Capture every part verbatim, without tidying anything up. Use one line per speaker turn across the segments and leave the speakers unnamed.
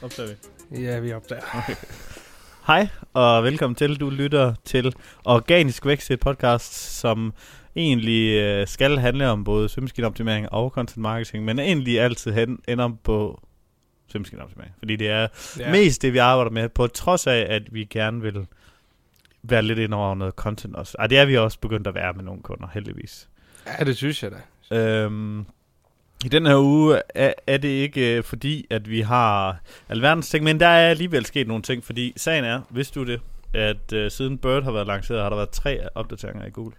Optager vi?
Ja, vi optager.
Okay. Hej, og velkommen til. Du lytter til Organisk Vækst, et podcast, som egentlig øh, skal handle om både søgemaskineoptimering og content marketing, men egentlig altid hen, ender på søgemaskineoptimering. Fordi det er ja. mest det, vi arbejder med, på trods af, at vi gerne vil være lidt ind over noget content også. Og det er vi også begyndt at være med nogle kunder, heldigvis.
Ja, det synes jeg da.
Øhm, I den her uge er, er det ikke øh, fordi, at vi har alverdens ting, men der er alligevel sket nogle ting, fordi sagen er, vidste du det, at øh, siden Bird har været lanceret, har der været tre opdateringer i Google.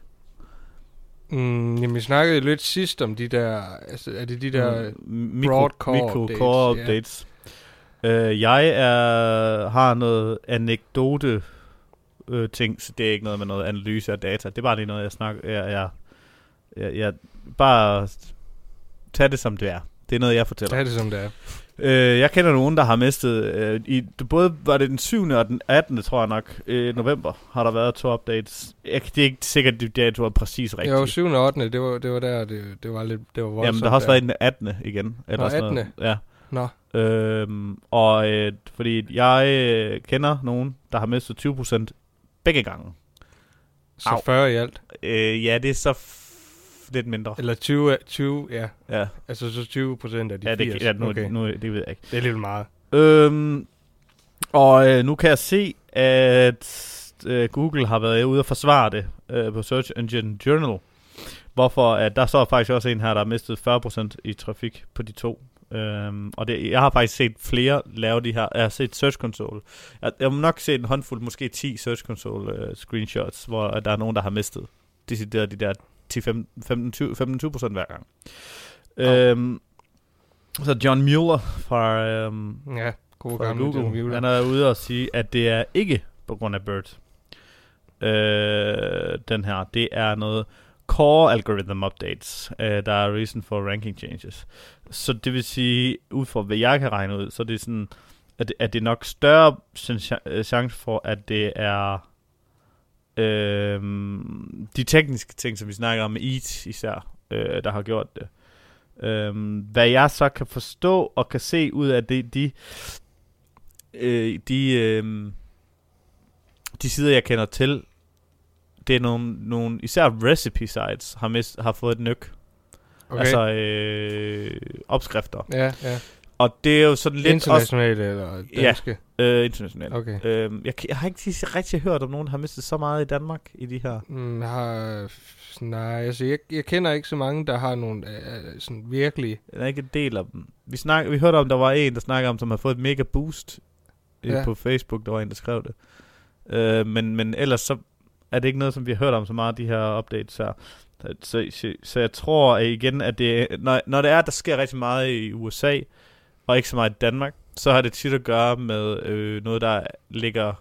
Mm, jamen, vi snakkede lidt sidst om de der, altså er det de der
mm,
broad core
micro
updates?
core updates. Yeah. Øh, jeg er, har noget anekdote øh, ting, så det er ikke noget med noget analyse af data. Det er bare lige noget, jeg snakker, jeg, jeg, jeg, jeg bare tag det som det er. Det er noget, jeg fortæller.
Tag det som det er.
Øh, jeg kender nogen, der har mistet, øh, i, både var det den syvende og den attende, tror jeg nok, øh, november, har der været to updates. Jeg, det er ikke sikkert, at det var præcis rigtigt.
Jo, syvende og ottende, det var, det var der, det, det var lidt, det var voldsomt.
Jamen, der har også været den attende igen. Eller
Nå,
sådan
attende?
Noget. Ja.
Nå.
Øhm, og øh, fordi jeg øh, kender nogen, der har mistet tyve procent begge gange.
Så
Au.
fyrre i alt?
Øh, ja, det er så f- lidt mindre.
Eller tyve, tyve, ja.
Ja.
Altså så tyve procent af de
ja, det,
firs.
ja, nu,
okay.
nu, det ved jeg ikke.
Det er lidt meget.
Øhm, og øh, nu kan jeg se, at øh, Google har været ude og forsvare det øh, på Search Engine Journal. Hvorfor at der står faktisk også en her, der har mistet fyrre procent i trafik på de to. Øhm, og det, jeg har faktisk set flere lave de her. Jeg har set Search Console. Jeg, jeg må nok se en håndfuld, måske ti Search Console uh, screenshots, hvor der er nogen, der har mistet decideret de der ti femten tyve procent hver gang. Oh. Øhm, så John Mueller fra, øhm,
ja, gode
fra
gamle
Google,
John Mueller.
han er ude og sige, at det er ikke på grund af Bird. Øh, den her, det er noget core algorithm updates, uh, der er reason for ranking changes. Så det vil sige, ud fra hvad jeg kan regne ud, så det er sådan, at det, at det er nok større chance for, at det er øhm, de tekniske ting, som vi snakker om med E A T især, øh, der har gjort det. Øhm, hvad jeg så kan forstå og kan se ud af det, de øh, de øh, de sider, jeg kender til, det er nogle, nogle især recipe sites har, mist, har fået et nyk. Okay. Altså øh, opskrifter.
Ja, ja.
Og det er jo sådan lidt
internationale eller danske?
Ja, øh, internationale.
Okay.
Øhm, jeg, jeg har ikke rigtig hørt om nogen, der har mistet så meget i Danmark i de her.
Mm, har, nej, altså jeg, jeg kender ikke så mange, der har nogle øh, sådan virkelig.
Der er ikke en del af dem. Vi, snak, vi hørte om, der var en, der snakkede om, som har fået et mega boost ja. på Facebook. Der var en, der skrev det. Øh, men, men ellers så er det ikke noget, som vi har hørt om så meget, de her updates her. Så, så, så jeg tror at igen, at det når, når det er, at der sker rigtig meget i U S A, og ikke så meget i Danmark, så har det tit at gøre med øh, noget, der ligger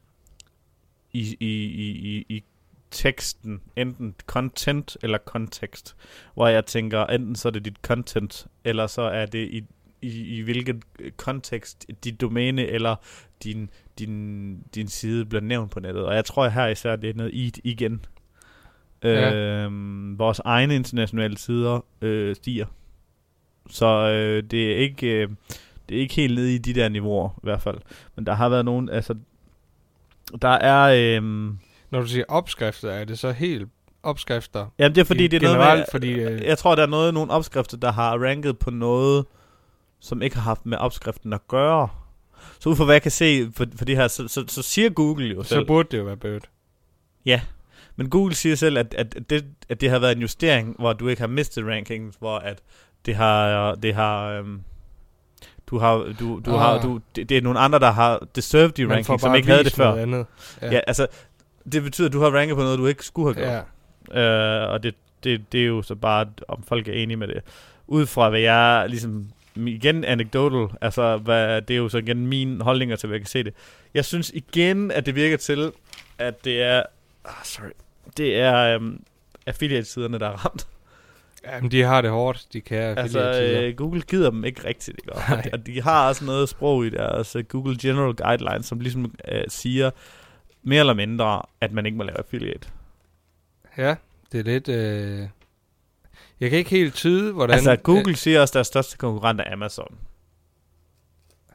i, i, i, i, i teksten, enten content eller kontekst, hvor jeg tænker, enten så er det dit content, eller så er det i, i, i hvilken kontekst dit domæne eller din, din, din side bliver nævnt på nettet. Og jeg tror at her især, det er noget i igen. Ja. Øhm, vores egne internationale sider øh, stiger. Så øh, det er ikke øh, det er ikke helt nede i de der niveauer i hvert fald. Men der har været nogen, altså der er øh,
når du siger opskrifter, er det så helt opskrifter?
Jamen det er fordi det er
generelt,
noget med,
fordi øh,
jeg tror der er noget nogle opskrifter der har ranket på noget som ikke har haft med opskriften at gøre. Så ud fra hvad jeg kan se for, for det her så, så, så siger Google jo
så
selv.
Så burde det jo være Bird.
Ja. Men Google siger selv, at, at, det, at det har været en justering, hvor du ikke har mistet rankings, hvor at det har, det har, øhm, du har, du, du ah. har, du, det, det er nogle andre, der har deserved de rankings, som ikke havde det før.
Andet. Ja.
ja, altså, det betyder, at du har ranket på noget, du ikke skulle have gjort. Ja. Øh, og det, det, det er jo så bare, om folk er enige med det. Ud fra, hvad jeg ligesom, igen anecdotal, altså, hvad, det er jo så igen mine holdninger til, hvad jeg kan se det. Jeg synes igen, at det virker til, at det er, ah, sorry, det er um, affiliate-siderne, der er ramt.
Jamen, de har det hårdt, de kan affiliate-sider.
Altså, Google gider dem ikke rigtigt, ikke? Og, de, og de har også noget sprog i deres uh, Google General Guidelines, som ligesom uh, siger mere eller mindre, at man ikke må lave affiliate.
Ja, det er lidt... Øh... Jeg kan ikke helt tyde, hvordan...
Altså, Google øh... siger også, at deres største konkurrent er Amazon.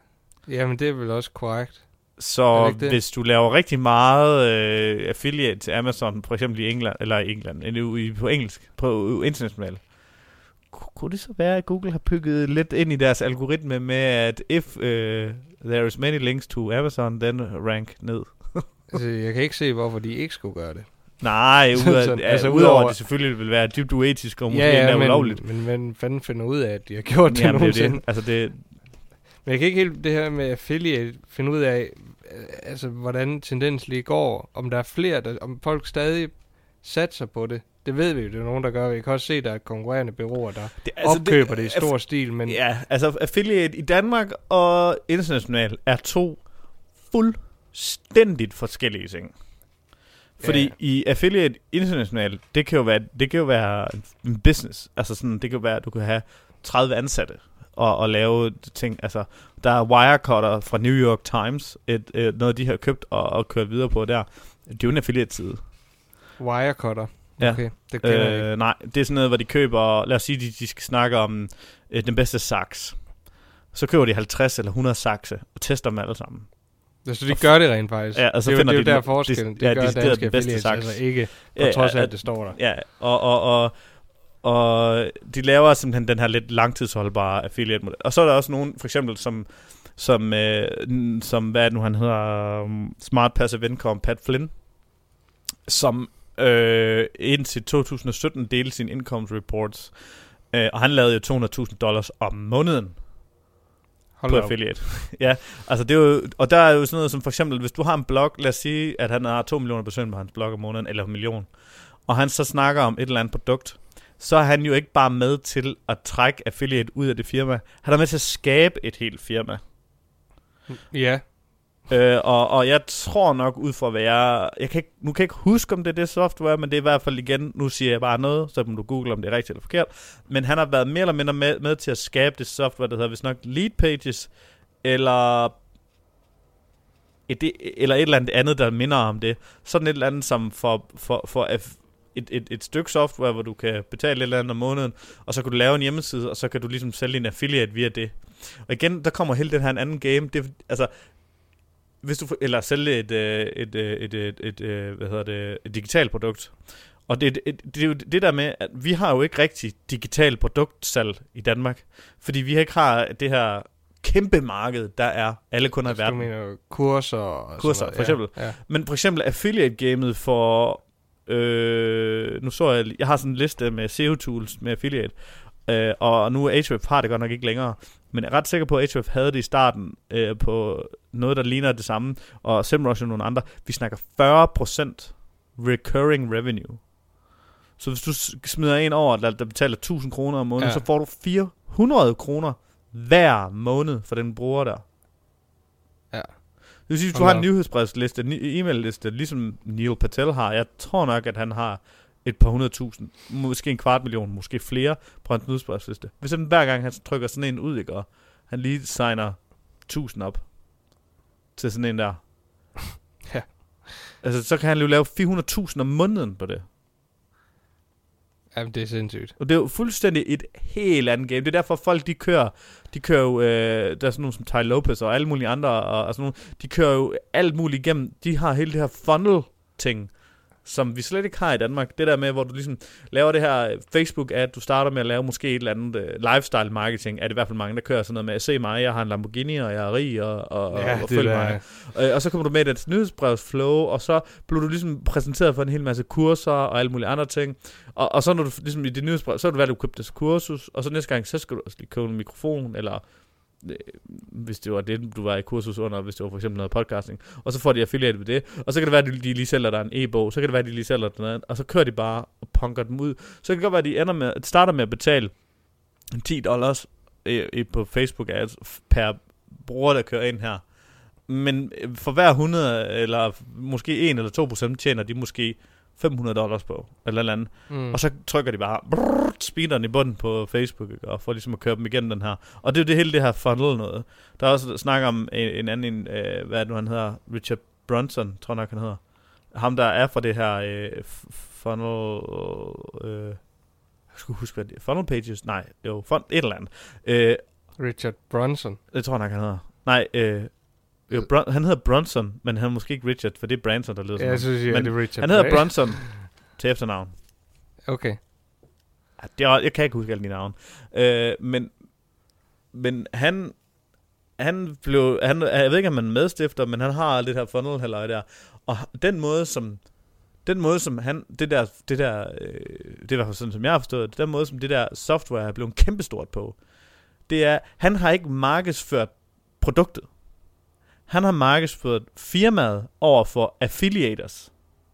Jamen, det er vel også korrekt.
Så hvis du laver rigtig meget øh, affiliate til Amazon, for eksempel i England, eller i England, eller på engelsk, på internationalt, kunne det så være, at Google har bygget lidt ind i deres algoritme med, at if uh, there is many links to Amazon, then rank ned?
Altså, jeg kan ikke se, hvorfor de ikke skulle gøre det.
Nej, ud af, sådan, altså, udover at det selvfølgelig vil være dybt uetisk og måske
ja, ja,
endda
men,
ulovligt.
Men hvem fanden finder ud af, at de har gjort det
Jamen,
nogensinde?
det, altså det...
Men jeg kan ikke helt det her med affiliate finde ud af, altså hvordan tendensen lige går, om der er flere, der, om folk stadig satser på det. Det ved vi jo, det er nogen, der gør. Vi kan også se, at der er konkurrerende bureauer, der det, altså opkøber det, det i stor aff- stil. Men
ja, altså affiliate i Danmark og internationalt er to fuldstændigt forskellige ting. Fordi ja. i affiliate internationalt, det kan jo være, det kan jo være en business. Altså sådan, det kan jo være, at du kan have tredive ansatte og, og lave ting. Altså, der er Wirecutter fra New York Times, et, et, noget de har købt og, og kørt videre på der. Det er jo en affiliate-side.
Wirecutter? Okay,
ja.
det kender øh, jeg ikke.
Nej, det er sådan noget, hvor de køber, lad os sige, de, de skal snakke om øh, den bedste saks. Så køber de halvtreds eller hundrede sakse og tester dem alle sammen.
Så de gør det rent faktisk.
Ja, og så
det,
finder
det er
de
jo der forskellen.
De,
det
ja,
gør
de
danske
den bedste saks.
Altså ikke på
ja,
trods af,
ja,
at det står der.
Ja, og, og, og, og de laver simpelthen den her lidt langtidsholdbare affiliate-model. Og så er der også nogen, for eksempel, som, som, øh, som hvad nu han hedder, um, Smart Passive Income, Pat Flynn, som øh, indtil to tusind og sytten delte sine income reports, øh, og han lavede jo to hundrede tusind dollars om måneden. Hold på affiliate. Ja, altså det er jo, og der er jo sådan noget som for eksempel, hvis du har en blog, lad os sige, at han har to millioner besøgende på hans blog om måneden, eller en million, og han så snakker om et eller andet produkt, så er han jo ikke bare med til at trække affiliate ud af det firma, han er med til at skabe et helt firma.
Ja.
Øh, og, og jeg tror nok ud fra hvad jeg, jeg kan ikke, nu kan jeg ikke huske om det er det software, men det er i hvert fald igen, nu siger jeg bare noget, så må du google om det er rigtigt eller forkert, men han har været mere eller mindre med, med til at skabe det software, der hedder vist nok Lead Pages, eller et, eller et eller andet andet, der minder om det. Sådan et eller andet som for, for, for et, et, et stykke software, hvor du kan betale et eller andet om måneden, og så kan du lave en hjemmeside, og så kan du ligesom sælge en affiliate via det. Og igen, der kommer hele den her en anden game, det, altså hvis du eller sælge et et et et, et, et hvad hedder det et digitalt produkt. Og det, det, det er jo det der med, at vi har jo ikke rigtig digitalt produktsalg i Danmark, fordi vi ikke har det her kæmpe marked, der er alle kunder i verden.
Du mener kurser og
kurser for eksempel. Ja, ja. Men for eksempel affiliate gamet for øh, nu så jeg jeg har sådan en liste med S E O tools med affiliate. Uh, og nu Ahrefs har det godt nok ikke længere, men jeg er ret sikker på, at Ahrefs havde det i starten uh, på noget, der ligner det samme, og SEMrush og nogle andre. Vi snakker fyrre procent recurring revenue. Så hvis du smider en over, der, der betaler tusind kroner om måneden, ja. Så får du fire hundrede kroner hver måned for den bruger der.
Ja.
Det vil sige, hvis du har en nyhedsbrevsliste, en e-mail-liste, ligesom Neil Patel har, jeg tror nok, at han har et par hundrede tusind, måske en kvart million, måske flere på hans nyhedsbrevsliste. Hvis han hver gang han trykker sådan en ud, ikke, og han lige signer tusind op til sådan en der.
Ja.
Altså, så kan han jo lave fire hundrede tusind om måneden på det.
Jamen, det er sindssygt.
Og det er jo fuldstændig et helt andet game. Det er derfor, folk de kører, de kører jo, øh, der er sådan nogle som Ty Lopez og alle mulige andre, og, og sådan nogle, de kører jo alt muligt igennem. De har hele det her funnel-ting, som vi slet ikke har i Danmark. Det der med, hvor du ligesom laver det her Facebook-ad, du starter med at lave måske et eller andet uh, lifestyle-marketing, er det i hvert fald mange, der kører sådan noget med, at se mig, jeg har en Lamborghini, og jeg er rig, og, og,
ja,
og følg mig. Og, og så kommer du med i et nyhedsbrevsflow, og så bliver du ligesom præsenteret for en hel masse kurser, og alle mulige andre ting. Og, og så når du ligesom i det nyhedsbrev, så er det været, du købte det kursus, og så næste gang, så skal du også lige købe en mikrofon, eller hvis det var det, du var i kursus under, hvis det var for eksempel noget podcasting, og så får de affiliate ved det, og så kan det være, at de lige sælger der en e-bog, så kan det være, at de lige sælger den anden, og så kører de bare og punker dem ud. Så kan det godt være, at de ender med, at starter med at betale ti dollars i, i, på Facebook ads per bruger, der kører ind her. Men for hver hundrede, eller måske en eller to procent, tjener de måske fem hundrede dollars på, eller eller andet. Mm. Og så trykker de bare brrr, speederen i bunden på Facebook, ikke? Og får ligesom at køre dem igennem den her. Og det er jo det hele det her funnel noget. Der er også snak om en, en anden, øh, hvad er det nu han hedder, Richard Branson, tror jeg nok han hedder. Ham der er fra det her øh, funnel, øh, jeg skulle huske hvad det er, funnel pages, nej, jo, fun, et eller andet. Øh,
Richard Branson.
Det tror jeg nok han hedder. Nej, øh, jo, Bron- han hedder Bronson, men han er måske ikke Richard, for det er Branson, der lyder
Ja, jeg synes,
men
det er Richard.
Han hedder Bronson til efternavn.
Okay.
Ja, det er, jeg kan ikke huske alle de navne. Øh, men, men han, han blev, han, jeg ved ikke, om han er medstifter, men han har det her funnel halløj der. Og den måde, som, den måde, som han, det der, det der, øh, det er i hvert fald sådan, som jeg har forstået, det der måde, som det der software er blevet kæmpestort på, det er, han har ikke markedsført produktet. Han har markedsført firmaet over for affiliators.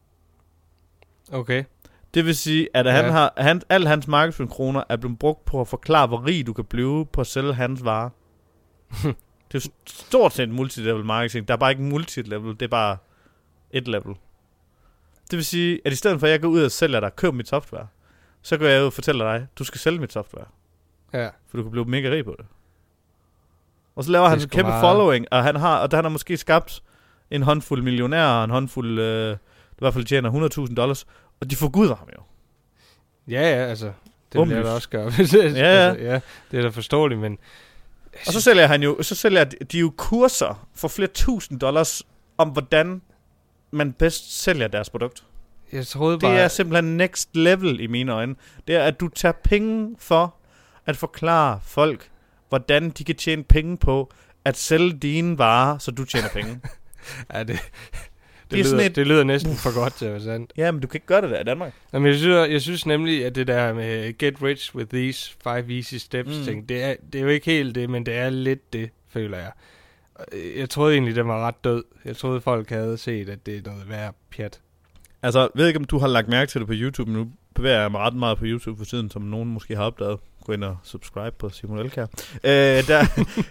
Okay.
Det vil sige, at ja. han har, han, al hans markedsføringskroner er blevet brugt på at forklare, hvor rig du kan blive på at sælge hans varer. Det er jo stort set multilevel marketing. Der er bare ikke multilevel, det er bare et level. Det vil sige, at i stedet for at jeg går ud og sælger dig, køb mit software, så går jeg ud og fortæller dig, du skal sælge mit software.
Ja. For
du kan blive mega rig på det. Og så laver han en kæmpe meget... following, og han har, og der han har måske skabt en håndfuld millionærer, og en håndfuld, øh, i hvert fald tjener hundrede tusind dollars, og de forguder ham jo.
Ja, ja, altså, det vil jeg da også gøre.
ja, ja.
Altså, ja, det er da forståeligt, men...
Og så sælger han jo, så sælger de jo kurser for flere tusind dollars, om hvordan man bedst sælger deres produkt.
Jeg troede bare...
Det er simpelthen next level i mine øjne. Det er, at du tager penge for at forklare folk, hvordan de kan tjene penge på at sælge dine varer, så du tjener penge.
ja, det... Det, det, lyder, et, det lyder næsten for godt til at være sandt.
Ja, men du kan ikke gøre det der i Danmark.
Jamen, jeg, synes, jeg synes nemlig, at det der med get rich with these five easy steps mm. ting, det er, det er jo ikke helt det, men det er lidt det, føler jeg. Jeg troede egentlig, den var ret død. Jeg troede, folk havde set, at det er noget værd pjat.
Altså, jeg ved ikke, om du har lagt mærke til det på YouTube, men nu bevæger jeg mig ret meget på YouTube for tiden, som nogen måske har opdaget. Gå ind og subscribe på Simon Elkjær. Øh, der...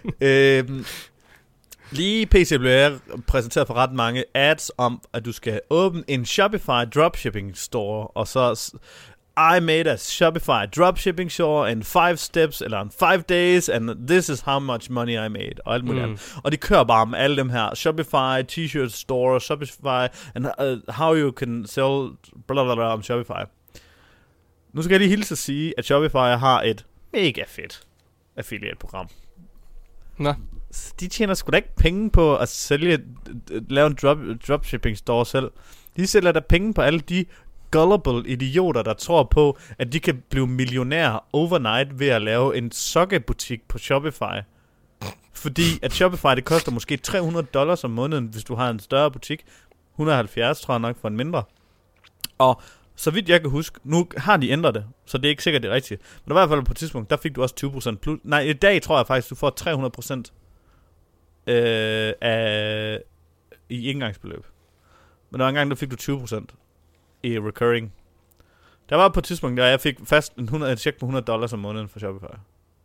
øh, Lige P C blev jeg præsenteret for ret mange ads om, at du skal åbne en Shopify dropshipping store, og så I made a Shopify dropshipping store in five steps, eller in five days, and this is how much money I made, og alt muligt mm. Og de kører bare med alle dem her, Shopify, t-shirt store, Shopify, and uh, how you can sell, bla bla bla om Shopify. Nu skal jeg lige hilse at sige, at Shopify har et mega fedt affiliate-program.
Nå.
De tjener sgu da ikke penge på at sælge, lave en drop, dropshipping store selv. De sælger da penge på alle de gullible idioter, der tror på, at de kan blive millionærer overnight ved at lave en sokkebutik på Shopify. Fordi at Shopify, det koster måske tre hundrede dollars om måneden, hvis du har en større butik. et hundrede og halvfjerds tror jeg nok for en mindre. Og så vidt jeg kan huske, nu har de ændret det, så det er ikke sikkert det er rigtigt. Men der var i hvert fald på et tidspunkt, der fik du også tyve procent plus. Nej, i dag tror jeg faktisk, du får tre hundrede procent øh, af, i indgangsbeløb. Men der var en gang, der fik du tyve procent i recurring. Der var på et tidspunkt, der jeg fik fast en, hundrede, en check på hundrede dollars om måneden for Shopify.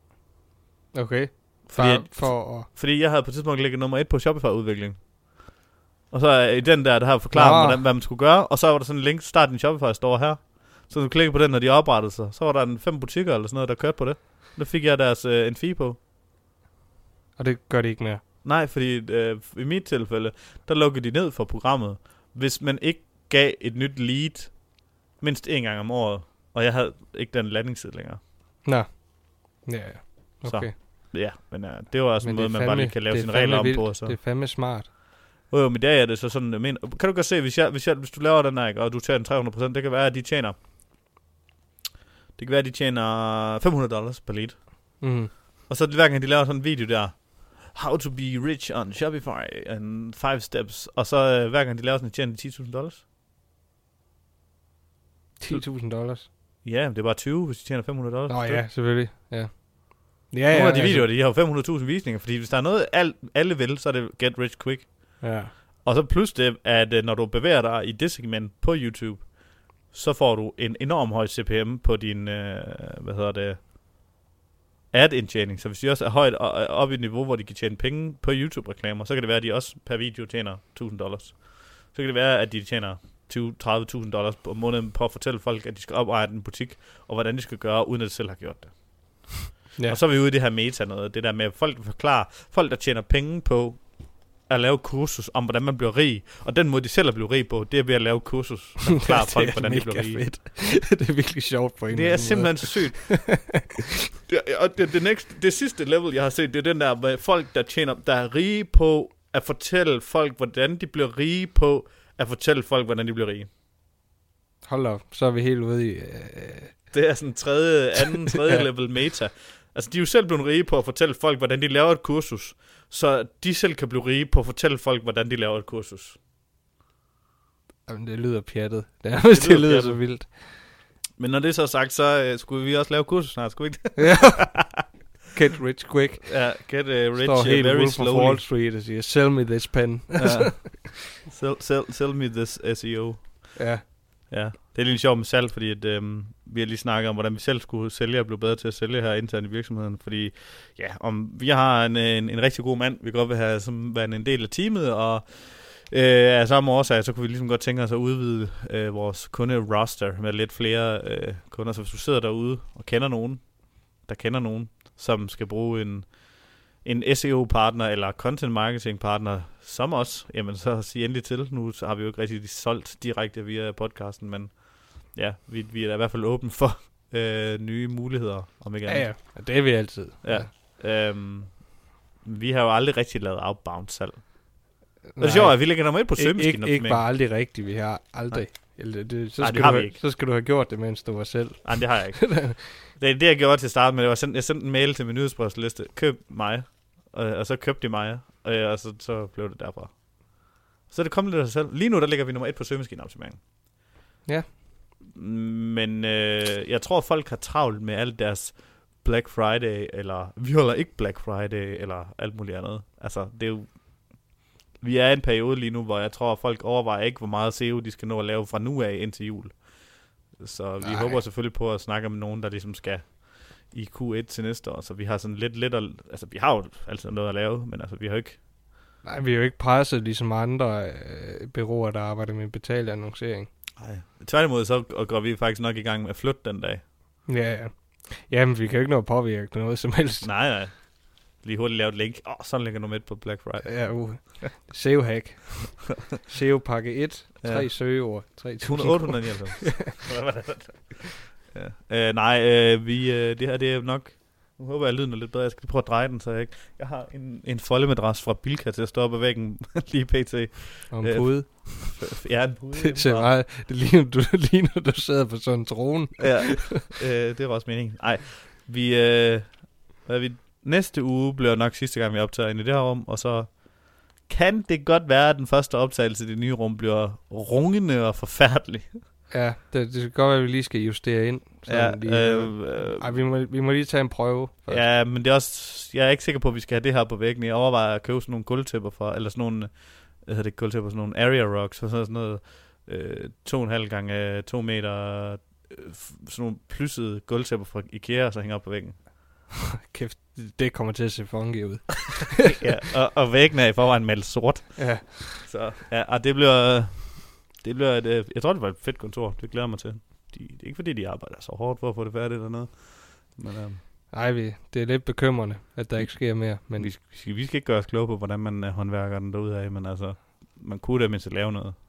Okay.
Fordi,
for, for,
fordi jeg havde på et tidspunkt ligget nummer et på Shopify-udvikling. Og så i den der, der har forklaret, hvordan, hvad man skulle gøre. Og så var der sådan en link, start din Shopify-store her. Så du klikker på den, når de oprettede sig. Så var der en fem butikker eller sådan noget, der kørte på det. Der fik jeg deres uh, en fee på.
Og det gør de ikke mere?
Nej, fordi uh, i mit tilfælde, der lukkede de ned for programmet, hvis man ikke gav et nyt lead mindst en gang om året. Og jeg havde ikke den landingsside længere.
Nå. Ja, ja. Okay.
Så, ja, men uh, det var også en måde, man bare lige kan lave sine regler om
vildt.
på. Så.
Det er fandme smart.
Jo, jo, men i dag er det så sådan, jeg mener, kan du godt se, hvis, jeg, hvis, jeg, hvis du laver den her, ikke, og du tager den tre hundrede procent, det kan være, at de tjener, det kan være, at de tjener fem hundrede dollars per lead.
Mm.
Og så hver gang de laver sådan en video der, how to be rich on Shopify, and five steps, og så øh, hver gang de laver sådan, tjener de ti tusind dollars.
ti tusind dollars?
Ja, det er bare tyve, hvis de tjener fem hundrede dollars.
Nå ja, selvfølgelig, ja.
Ja, ja, nogle af de videoer, altså, de har jo fem hundrede tusind visninger, fordi hvis der er noget, al, alle vil, så er det get rich quick.
Ja.
Og så plus det, at når du bevæger dig i det segment på YouTube, så får du en enorm høj C P M på din, øh, hvad hedder det, ad-indtjening. Så hvis de også er højt op i et niveau, hvor de kan tjene penge på YouTube-reklamer, så kan det være, at de også per video tjener tusind dollars. Så kan det være, at de tjener tyve til tredive tusind dollars på måneden på at fortælle folk, at de skal oprette en butik, og hvordan de skal gøre, uden at de selv har gjort det. Ja. Og så er vi ude i det her meta noget, det der med folk, der forklarer, folk der tjener penge på at lave kursus om, hvordan man bliver rig. Og den måde, de selv er blevet rig på, det er ved at lave kursus, der forklarer folk, hvordan de bliver rige.
Fedt. Det er virkelig sjovt på en
Det er simpelthen så sygt. det, og det, det, next, det sidste level, jeg har set, det er den der med folk, der tjener, der er rige på at fortælle folk, hvordan de bliver rige på at fortælle folk, hvordan de bliver rige.
Hold op, så er vi helt ude i... Øh...
Det er sådan tredje, anden, tredje level meta. Altså, de er jo selv blevet rige på at fortælle folk, hvordan de laver et kursus, så de selv kan blive rige på at fortælle folk, hvordan de laver et kursus.
Jamen, det lyder pjattet. Det, er, det, det lyder pjattet. Så vildt.
Men når det er så sagt, så uh, skulle vi også lave kursus snart, skulle vi ikke?
Ja. Get rich quick.
Ja, get uh, rich
Står
uh,
helt
very
Wolf
slowly.
Står Wall Street og siger, sell me this pen.
Ja. sell, sell, sell me this S E O.
Ja.
Ja, det er lidt sjovt med salg, fordi at, øhm, vi har lige snakket om, hvordan vi selv skulle sælge og blive bedre til at sælge her internt i virksomheden. Fordi ja, om vi har en, en, en rigtig god mand, vi godt vil have som være en del af teamet, og øh, af samme årsag, så kunne vi ligesom godt tænke os at udvide øh, vores kunde-roster med lidt flere øh, kunder. Så hvis du sidder derude og kender nogen, der kender nogen, som skal bruge en, en S E O-partner eller content-marketing-partner som os, jamen så sig endelig til. Nu har vi jo ikke rigtig solgt direkte via podcasten, men ja, vi, vi er da i hvert fald åbne for øh, nye muligheder, om ikke andet.
Ja, ja, det er vi altid.
Ja. Ja. Øhm, vi har jo aldrig rigtig lavet outbound-salg. Og det er sjovt, at vi lægger nummer et på søgemaskinen.
Ikke, ikke bare aldrig rigtigt, vi har aldrig. Eller det, så,
Nej,
skal
det har
du,
vi ikke.
Så skal du have gjort det, mens du var selv.
Nej, det har jeg ikke. det er det, jeg gjorde til at starte med. Det var sendt, jeg sendte en mail til min nyhedsbrevsliste. Køb mig. Og, og så købte de mig. Og, og så, så blev det derfra. Så det kom lidt af sig selv. Lige nu, der ligger vi nummer et på søgemaskineoptimering.
Ja.
Men øh, jeg tror, folk har travlt med alt deres Black Friday, eller vi holder ikke Black Friday, eller alt muligt andet. Altså, det er jo... Vi er i en periode lige nu, hvor jeg tror, at folk overvejer ikke, hvor meget S E O de skal nå at lave fra nu af indtil jul. Så vi
Nej.
håber selvfølgelig på at snakke med nogen, der ligesom skal i Q et til næste år. Så vi har sådan lidt lidt at, altså vi har jo altid noget at lave, men altså vi har jo ikke...
Nej, vi er jo ikke presset ligesom andre øh, bureauer, der arbejder med betalt annoncering.
Nej. Tværtimod så går vi faktisk nok i gang med at flytte den dag.
Ja, ja. Jamen, vi kan jo ikke nå at påvirke noget som helst.
Nej, nej. Lige hurtigt lave et link. Åh, oh, sådan ligger du midt på Black Friday.
Ja, uh. S E O-hack. S E O-pakke et. Tre ja. Søgeord. tre tusind
otte hundrede nioghalvfems. ja. øh, nej, øh, vi, øh, det her det er nok... Nu håber jeg, at lyden er lidt bedre. Jeg skal lige prøve at dreje den, så jeg ikke... Jeg har en, en foldemadras fra Bilka til at stå op ad væggen lige pt.
Og en pude.
Øh, ja, en pude.
Det, det, meget, det ligner, du, ligner, du sidder på sådan en trone.
ja, øh, det var også meningen. Nej, vi... Øh, hvad vi næste uge bliver nok sidste gang, vi optager ind i det her rum, og så kan det godt være, at den første optagelse i det nye rum bliver rungende og forfærdelig.
Ja, det, det kan godt være, at vi lige skal justere ind.
Ja,
lige,
øh, øh,
ej, vi, må, vi må lige tage en prøve. Først.
Ja, men det er også, jeg er ikke sikker på, at vi skal have det her på væggen. Jeg overvejer at købe sådan nogle gulvtæpper fra, eller sådan nogle, hvad hedder det, gulvtæpper, sådan nogle area rocks, og sådan noget, øh, to og en halv gange to meter, øh, sådan nogle plyssede gulvtæpper fra IKEA, og så hænger op på væggen.
Kæft, det kommer til at se funky ud.
ja, og, og væggen er i forvejen malet sort.
Ja.
Så, ja, og det bliver, det bliver et, jeg tror, det var et fedt kontor. Det glæder mig til. De, det er ikke fordi, de arbejder så hårdt for at få det færdigt eller noget. Men, øhm,
Ej, vi, det er lidt bekymrende, at der ikke sker mere. Men
vi, skal, vi skal ikke gøre os kloge på, hvordan man uh, håndværker den derude af, men altså, man kunne da mindst at lave noget.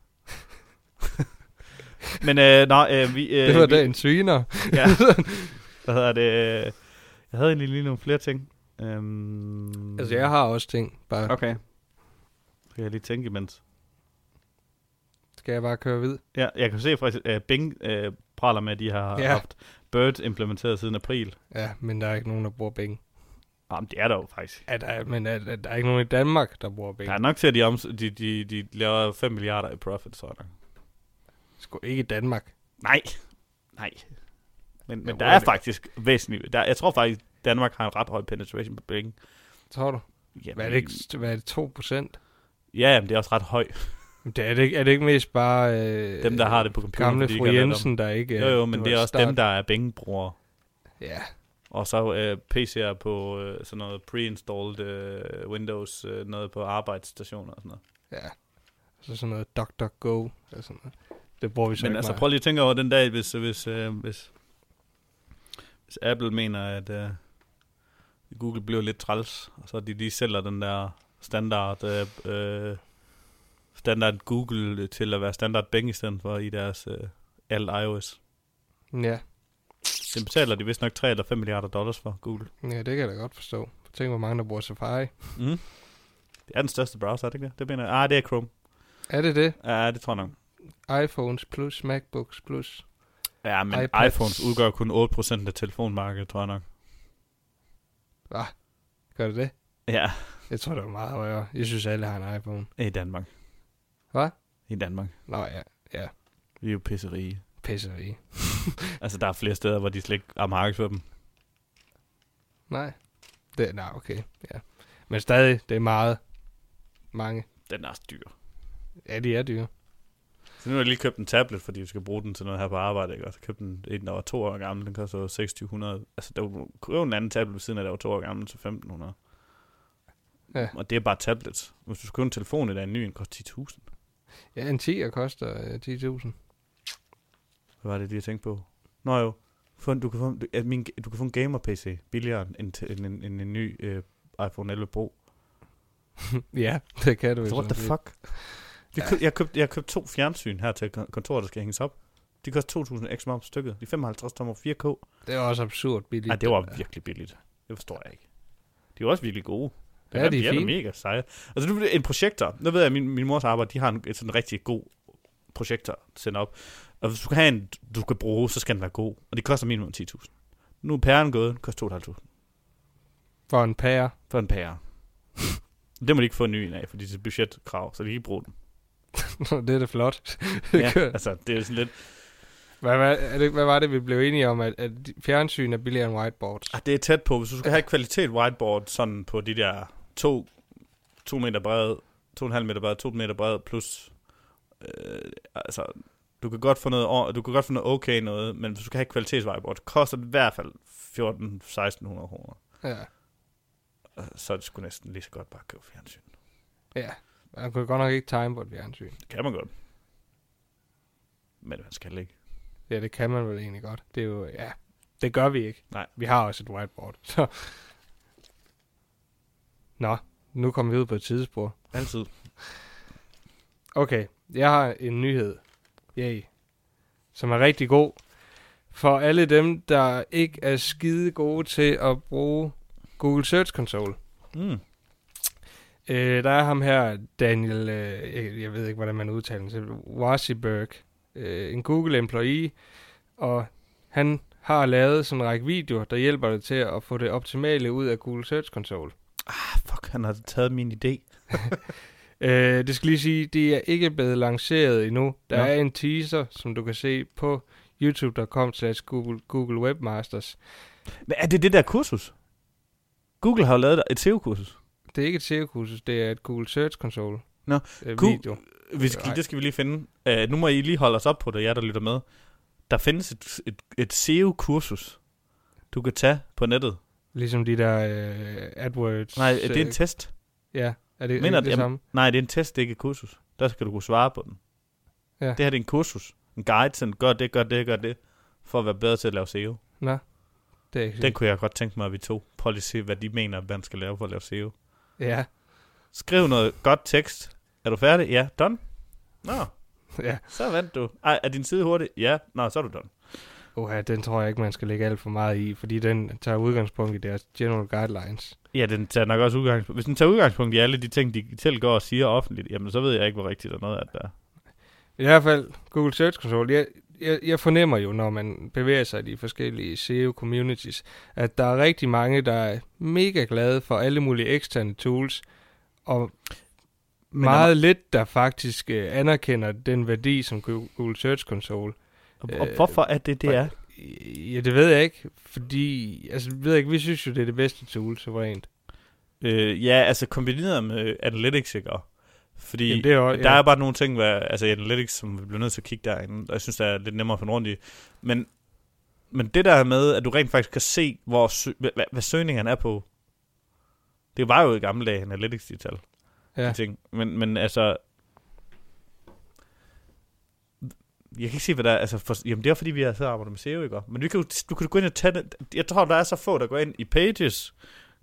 men, øh, nej, øh, vi... Øh,
det var
vi,
da en sviner.
ja. Hvad hedder det? Øh, jeg havde egentlig lige nogle flere ting. Um,
altså, jeg har også ting. Bare.
Okay. Skal jeg lige tænke imens?
Skal jeg bare køre vid?
Ja, jeg kan se faktisk, at uh, Bing uh, praler med, at de har ja. haft Bird implementeret siden april.
Ja, men der er ikke nogen, der bruger Bing.
Jamen, det er der jo faktisk.
Er der, men er, er der ikke nogen i Danmark, der bruger Bing?
Der er nok til, at de, oms- de, de, de laver fem milliarder i profit, sådan.
Sgu ikke i Danmark.
Nej. Nej. Men, men der er det faktisk væsentligt. Der, jeg tror faktisk, Danmark har en ret høj penetration på Bing.
Tror du?
Ja,
hvad, er det ikke, hvad er det, to procent?
Ja, men det er også ret høj.
Det er, det ikke, er det ikke mest bare øh,
dem, der har det på computer?
Gamle fru Jensen, der ikke...
Jo, jo, men det er også start. Dem, der er Bing-brugere.
Ja.
Og så øh, P C'er på øh, sådan noget pre-installed øh, Windows, øh, noget på arbejdsstationer og sådan noget.
Ja. Så sådan noget DuckDuckGo og sådan noget. Det bruger vi så
men
ikke
altså,
meget.
prøv lige at tænke over den dag, hvis, hvis, øh, hvis, hvis Apple mener, at øh, Google bliver lidt træls, og så de lige sælger den der standard øh, øh, standard Google til at være standard Bing i stedet for i deres øh, alt iOS.
Ja.
Den betaler de vist nok tre eller fem milliarder dollars for, Google.
Ja, det kan jeg da godt forstå. Tænk, hvor mange der bruger Safari.
Mm. Det er den største browser, er det ikke det? Det mener jeg. Ah, det er Chrome.
Er det det?
Ja, det tror jeg nok.
iPhones plus, MacBooks plus.
Ja, men
iPads.
iPhones udgør kun otte procent af telefonmarkedet, tror jeg nok.
Hvad? Gør det det?
Ja.
Jeg tror, det var meget højere. Jeg synes, alle har en iPhone.
I Danmark.
Hvad?
I Danmark.
Nå ja, ja.
Vi er jo pisserige.
Pisserige.
Altså, der er flere steder, hvor de slet ikke har markedsført dem.
Nej. Det, nej, okay. Ja. Men stadig, det er meget. Mange.
Den er også dyr.
Ja, de er dyre.
Så nu har jeg lige købt en tablet, fordi vi skal bruge den til noget her på arbejde, ikke? Og så købte den en, der var to år gammel, den koster seks tusind syv hundrede. Altså, der var jo en anden tablet ved siden af, der var to år gammel, til femten hundrede.
Ja.
Og det er bare tablets. Hvis du skal købe en telefon, der er en ny, den koster ti tusind.
Ja, en tier koster uh, ti tusind.
Hvad var det, de jeg tænkte på? Nå jo, for, du, kan få, du, at min, du kan få en gamer-P C billigere end en, en, en, en ny uh, iPhone elleve Pro.
Ja, det kan du.
So what the fuck? De køb, jeg, købte, jeg købte to fjernsyn her til kontoret, der skal hænges op. De koster to tusind ekstra om stykket. De er femoghalvtreds tommer fire K.
Det er også absurd billigt.
Nej, det var virkelig billigt. Det forstår jeg ikke. De er også virkelig gode. Det
ja,
er,
de er,
de er
fine.
mega seje. Altså, nu en projektor. Nu ved jeg, at min, min mors arbejde, de har en, en sådan rigtig god projektor sendt op. Og hvis du kan have en, du kan bruge, så skal den være god. Og de koster minimum ti tusind. Nu er pæren gået, den koster to tusind fem hundrede.
For en pære?
For en pære. Det må de ikke få en ny en af, fordi det er budgetkrav, så de kan ikke bruge den.
Det er da flot.
Ja, altså, det er sådan lidt...
Hvad, hvad, er det, hvad var det, vi blev enige om, at, at fjernsyn er billigere end whiteboards?
Ah, det er tæt på. Hvis du skal have kvalitet whiteboard, sådan på de der to, to meter brede, to og en halv meter brede, to meter brede, plus... Øh, altså, du kan godt få noget, du kan godt få noget okay noget, men hvis du skal have kvalitets whiteboard, koster det i hvert fald fjorten til seksten hundrede kroner.
Ja.
Så er det sgu næsten lige så godt bare at købe fjernsyn.
Ja, man kunne godt nok ikke time på et fjernsyn.
Det kan man godt. Men man skal ikke.
Ja, det kan man vel egentlig godt. Det er jo, ja, det gør vi ikke.
Nej.
Vi har også et whiteboard. Så. Nå, nu kommer vi ud på et tidsspor.
Altid.
Okay, jeg har en nyhed. Yay. Som er rigtig god. For alle dem, der ikke er skide gode til at bruge Google Search Console.
Mm.
Øh, der er ham her, Daniel, øh, jeg, jeg ved ikke, hvordan man udtaler den, Warsiberg, øh, en Google-employee, og han har lavet sådan en række videoer, der hjælper dig til at få det optimale ud af Google Search Console.
Ah, fuck, han har taget min idé.
øh, det skal lige sige, det er ikke blevet lanceret endnu. Der
Nå.
er en teaser, som du kan se på youtube punktum com slash Google Webmasters.
Men er det det der kursus? Google har jo lavet et S E O-kursus.
Det er ikke et S E O-kursus, det er et Google Search Console
Nå,
øh,
Google,
video.
Vi skal, det skal vi lige finde. Uh, nu må I lige holde os op på det, jer der lytter med. Der findes et, et, et S E O-kursus, du kan tage på nettet.
Ligesom de der øh, AdWords.
Nej, det er en test.
Ja, er det,
Mener,
er det, det
jamen,
samme?
Nej, det er en test, det er ikke et kursus. Der skal du kunne svare på den.
Ja.
Det her det er en kursus. En guide, sådan, gør det, gør det, gør det, for at være bedre til at lave S E O.
Nå, det er ikke
Den kunne jeg godt tænke mig, at vi to prøver lige at se, hvad de mener, man skal lave for at lave S E O.
Ja.
Skriv noget godt tekst. Er du færdig? Ja, done. Nå,
Ja.
så vandt du. Ej, er din side hurtig? Ja, nå, så er du done.
Oha, den tror jeg ikke, man skal lægge alt for meget i, fordi den tager udgangspunkt i deres general guidelines.
Ja, den tager nok også udgangspunkt. Hvis den tager udgangspunkt i alle de ting, de selv går og siger offentligt, jamen så ved jeg ikke, hvor rigtigt der er noget af det der.
I hvert fald, Google Search Console, jeg, jeg, jeg fornemmer jo, når man bevæger sig i de forskellige S E O-communities, at der er rigtig mange, der er mega glade for alle mulige eksterne tools, og Men meget man... lidt, der faktisk øh, anerkender den værdi, som Google Search Console.
Og, og hvorfor er det, det er?
Ja, det ved jeg ikke, fordi, altså, ved jeg ikke, vi synes jo, det er det bedste tool, suverænt.
Øh, ja, altså kombineret med Analytics, ikke? Fordi
Jamen, det er jo, ja.
der er bare nogle ting, hvad, altså Analytics, som vi bliver nødt til at kigge derinde, og jeg synes, det er lidt nemmere at finde rundt i. Men, men det der med, at du rent faktisk kan se, hvor sø- hvad, hvad søgningerne er på, det var jo i gamle dage Analytics, de tal.
Ja.
De ting. Men, men altså, jeg kan ikke se, hvad der er, altså, for, jamen det er fordi, vi har siddet og arbejdet med S E O, ikke? Men vi kan jo, du kan gå ind og tage det, jeg tror, der er så få, der går ind i Pages,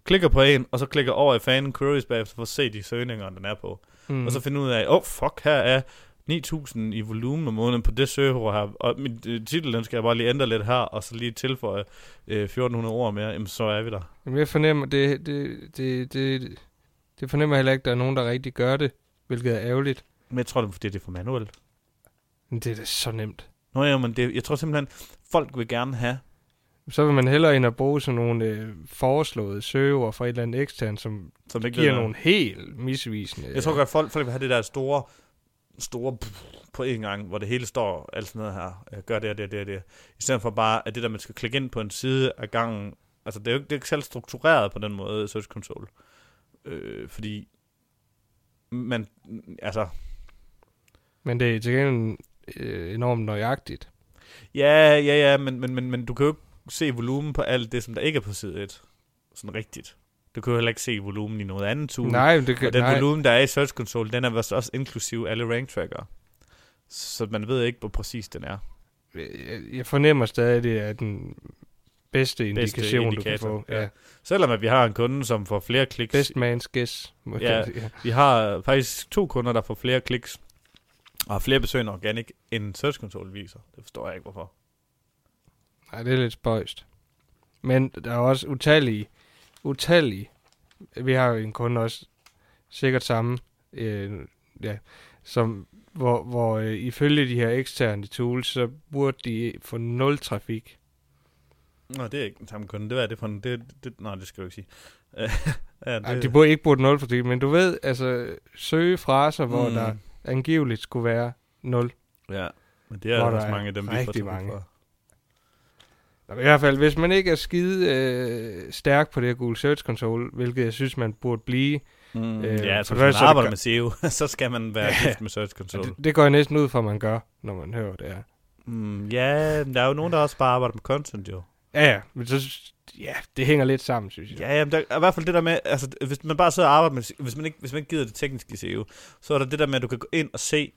klikker på en, og så klikker over i fan queries bagefter, for at se de søgninger, den er på. Mm. Og så finder ud af, åh, oh, fuck, her er ni tusind i volumen om måneden på det søgeord her, og min øh, titel, den skal jeg bare lige ændre lidt her, og så lige tilføje øh, fjorten hundrede ord mere, jamen så er vi der.
Jamen jeg fornemmer, det, det, det, det, det fornemmer heller ikke, at der er nogen, der rigtig gør det, hvilket er ærgerligt.
Men jeg tror, det er, fordi det er for manuelt.
Men det er da så nemt.
Nå ja, men det, jeg tror simpelthen, folk vil gerne have.
Så vil man hellere ind og bruge sådan nogle øh, foreslåede søgeord fra et eller andet ekstern, som, som ikke giver nogle helt misvisende.
Jeg tror godt, folk, folk vil have det der store, store på en gang, hvor det hele står alt sådan noget her. Gør det og det og det og det. I stedet for bare, at det der, man skal klikke ind på en side af gangen. Altså, det er jo ikke, det er ikke selv struktureret på den måde, Search Console. Øh, fordi man, altså...
Men det er til gengæld øh, enormt nøjagtigt.
Ja, ja, ja, men, men, men, men du kan jo ikke se volumen på alt det, som der ikke er på side et. Sådan rigtigt. Du kan jo heller ikke se volumen i noget andet tool.
Nej, det kan,
og den
nej.
volumen, der er i Search Console, den er også inklusiv alle rank tracker. Så man ved ikke, hvor præcis den er.
Jeg, jeg fornemmer stadig, at det er den bedste indikation,
bedste
du kan få.
Ja. Ja. Selvom at vi har en kunde, som får flere kliks.
Best man's guess.
Ja, vi har faktisk to kunder, der får flere kliks og har flere besøgende organic, end Search Console viser. Det forstår jeg ikke, hvorfor.
Nej, det er lidt spøjst. Men der er også utallige, utallige. Vi har jo en kunde også, sikkert samme, øh, ja, som, hvor, hvor øh, ifølge de her eksterne tools, så burde de få nul trafik.
Nå, det er ikke den samme kunde. Det er det for en, det, det, nej, det skal du ikke sige.
ja, det, Ej, de burde ikke burde nul trafik, men du ved, altså søge fraser, hvor mm. der angiveligt skulle være nul.
Ja, men det er hvor også mange af dem, vi får mange. For.
I hvert fald, hvis man ikke er skide øh, stærk på det her Google Search Console, hvilket jeg synes, man burde blive.
Mm, øh, ja, så hvis man arbejder med S E O, så skal man være ja, gift med Search Console.
Det, det går jeg næsten ud fra, man gør, når man hører det her.
Mm, ja, der er jo nogen, der også bare arbejder med content, jo.
Ja, ja, men så, ja, det hænger lidt sammen, synes jeg.
Ja, ja, men der er i hvert fald det der med, altså, hvis man bare sidder og arbejder med, hvis man ikke, hvis man ikke gider det tekniske S E O, så er der det der med, at du kan gå ind og se,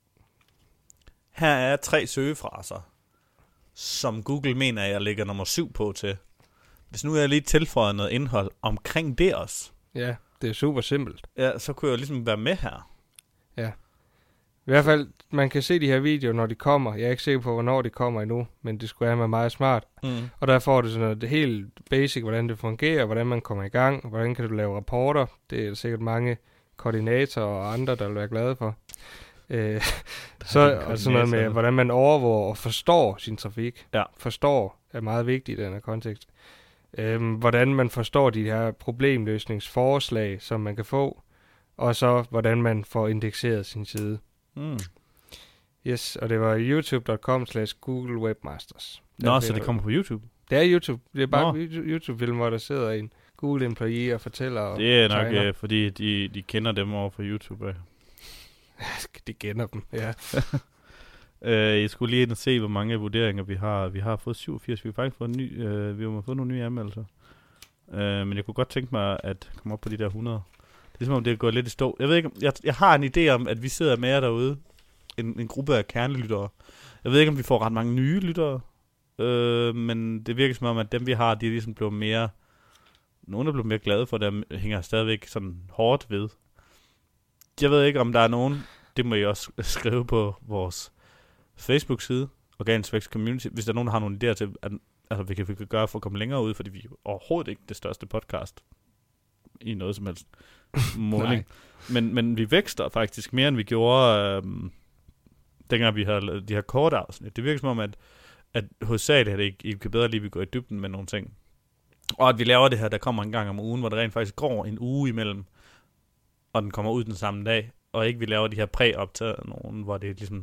her er tre søgefraser, som Google mener, jeg lægger nummer syv på til. Hvis nu jeg lige tilføjer noget indhold omkring det også.
Ja, det er super simpelt.
Ja, så kunne jeg jo ligesom være med her.
Ja. I hvert fald, man kan se de her videoer, når de kommer. Jeg er ikke sikker på, hvornår de kommer endnu, men det skulle være meget smart. Mm. Og der får du sådan noget, det helt basic, hvordan det fungerer, hvordan man kommer i gang, hvordan kan du lave rapporter. Det er sikkert mange koordinatorer og andre, der vil være glade for. Øh, så og sådan noget med, hvordan man overvåger og forstår sin trafik.
Ja.
Forstår er meget vigtigt i den her kontekst. Øh, hvordan man forstår de her problemløsningsforslag, som man kan få, og så hvordan man får indekseret sin side. Mm. Yes, og det var youtube punktum com slash google webmasters.
Nå, så det kommer på YouTube?
Det er YouTube. Det er bare YouTube-film, hvor der sidder en Google-employee og fortæller. Og
det er nok, øh, fordi de, de kender dem over på YouTube.
De kender dem, ja.
øh, jeg skulle lige ind og se, hvor mange vurderinger vi har. Vi har fået syvogfirs. Vi har faktisk fået, ny, øh, vi har fået nogle nye anmeldelser. Øh, men jeg kunne godt tænke mig at komme op på de der hundrede. Det er som om, det er gået lidt i stå. Jeg ved ikke, jeg, jeg har en idé om, at vi sidder med jer derude. En, en gruppe af kernelyttere. Jeg ved ikke, om vi får ret mange nye lyttere. Øh, men det virker som om, at dem vi har, de er ligesom blevet mere... Nogle er blevet mere glade for, dem hænger stadigvæk sådan hårdt ved. Jeg ved ikke, om der er nogen... Det må I også skrive på vores Facebook-side. Organisk Vækst Community. Hvis der er nogen, der har nogle idéer til, at altså, vi, kan, vi kan gøre for at komme længere ud, fordi vi er overhovedet ikke det største podcast i noget som helst måling. men, men vi vækster faktisk mere, end vi gjorde, øhm, dengang vi havde de her korte afsnit. Det virker som om, at, at hovedsageligt, at I, I kan bedre lige, vi går i dybden med nogle ting. Og at vi laver det her, der kommer en gang om ugen, hvor der rent faktisk går en uge imellem, og den kommer ud den samme dag, og ikke vi laver de her præ-optaget nogen, hvor det er ligesom,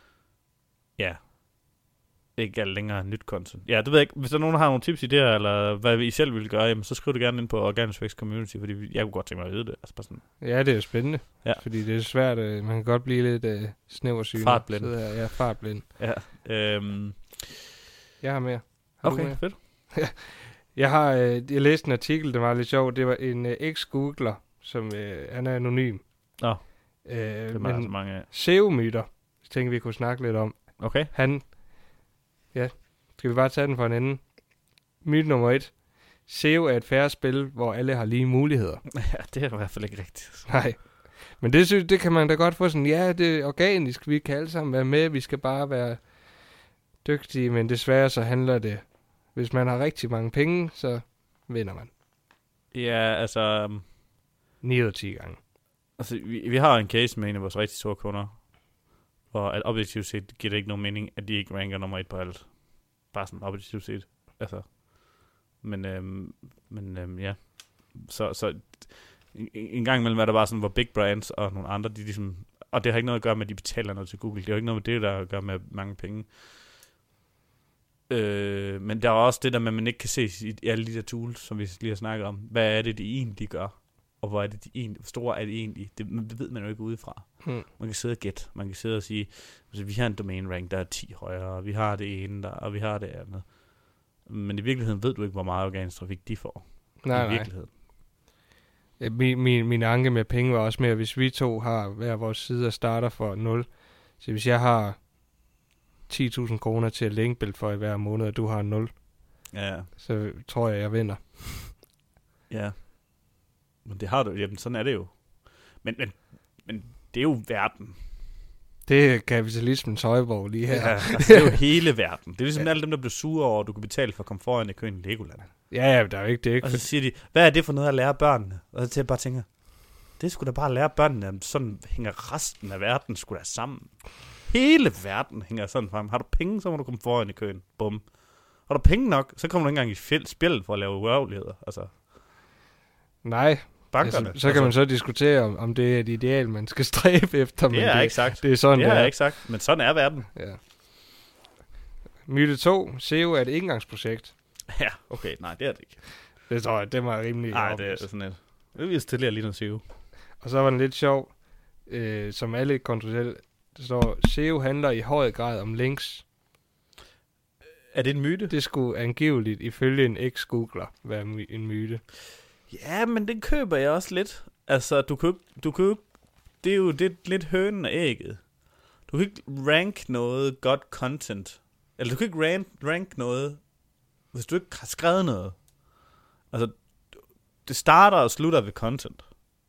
ja, ikke er længere nyt content. Ja, det ved jeg ikke. Hvis der er nogen, der har nogle tips, idéer, eller hvad I selv vil gøre, jamen, så skriv det gerne ind på Organisk Vækst Community, fordi jeg kunne godt tænke mig at vide det. Altså bare sådan.
Ja, det er jo spændende, ja. Fordi det er svært, man kan godt blive lidt uh, snæversynet.
Fartblind.
Her, ja, fartblind.
Ja, øhm.
Jeg har mere. Har
okay, mere? Fedt.
jeg har, uh, jeg læste en artikel, der var lidt sjov. Det var en uh, eks-googler, som uh, han er anonym.
Nå, uh, det er meget så mange af.
S E O-myter, jeg tænker, vi kunne snakke lidt om.
Okay.
Han, ja, skal vi bare tage den fra en ende. Myte nummer et. S E O er et færre spil, hvor alle har lige muligheder.
Ja, det er i hvert fald ikke rigtigt.
Nej. Men det, synes, det kan man da godt få sådan, ja, det er organisk, vi kan alle sammen være med, vi skal bare være dygtige, men desværre så handler det, hvis man har rigtig mange penge, så vinder man.
Ja, altså...
ni ud af ti gange.
Altså, vi, vi har en case med en af vores rigtig store kunder, hvor at objektivt set giver det ikke nogen mening, at de ikke ranker nummer et på alt. Bare sådan objektivt set. Altså... Men, øhm, men øhm, ja, så, så en, en gang imellem er der bare sådan, hvor big brands og nogle andre, de ligesom, og det har ikke noget at gøre med, at de betaler noget til Google. Det er jo ikke noget med det, der har at gøre med mange penge. Øh, men der er også det der med, at man ikke kan se i, i alle de der tools, som vi lige har snakket om. Hvad er det, de egentlig gør? Og hvor er det, de egentlig, hvor store er det egentlig? Det, det ved man jo ikke udefra. Hmm. Man kan sidde og gætte. Man kan sidde og sige, altså, vi har en domain rank, der er ti højere, og vi har det ene der, og vi har det andet. Men i virkeligheden ved du ikke, hvor meget organisk trafik de får.
Nej,
I virkeligheden.
Nej. Min, min, min anke med penge var også mere, hvis vi to har hver vores side og starter for nul. Så hvis jeg har ti tusind kroner til at linkbuild for i hver måned, og du har nul,
ja.
Så tror jeg, jeg vinder.
Ja. Men det har du. Jamen, sådan er det jo. Men, men, men det er jo verden.
Det er kapitalismens højborg lige her.
Ja, altså, det er jo hele verden. Det er ligesom ja. Alle dem, der bliver sure over, at du kan betale for komforten i køen i Legoland.
Ja, ja, der er jo ikke det. Ikke.
Og så siger de, hvad er det for noget at lære børnene? Og så til jeg bare tænker, det skulle da bare lære børnene, sådan hænger resten af verden skulle da sammen. Hele verden hænger sådan frem. Har du penge, så må du komme foran i køen. Bum. Har du penge nok, så kommer du ikke engang i spil for at lave uafligheder. Altså.
Nej. Altså, så kan altså, man så diskutere, om, om det er et ideal, man skal stræbe efter.
Det er
det,
ikke sagt.
Det er sådan,
det
det
er
er.
ikke sagt. Men sådan er verden.
Ja. Myte to. S E O er et engangsprojekt.
Ja, okay. Nej, det er det ikke.
Det tror jeg, det var rimelig.
Nej, det er sådan et. Det vil stille lige noget S E O.
Og så var den lidt sjov, øh, som alle kontroversielle. Der står, S E O handler i høj grad om links.
Er det en myte?
Det skulle angiveligt, ifølge en eks-googler, være en myte.
Ja, men det køber jeg også lidt. Altså, du kan du kan det er jo det, lidt hønen og ægget. Du kan ikke rank noget godt content. Eller du kan ikke rank, rank noget, hvis du ikke har skrevet noget. Altså, det starter og slutter ved content,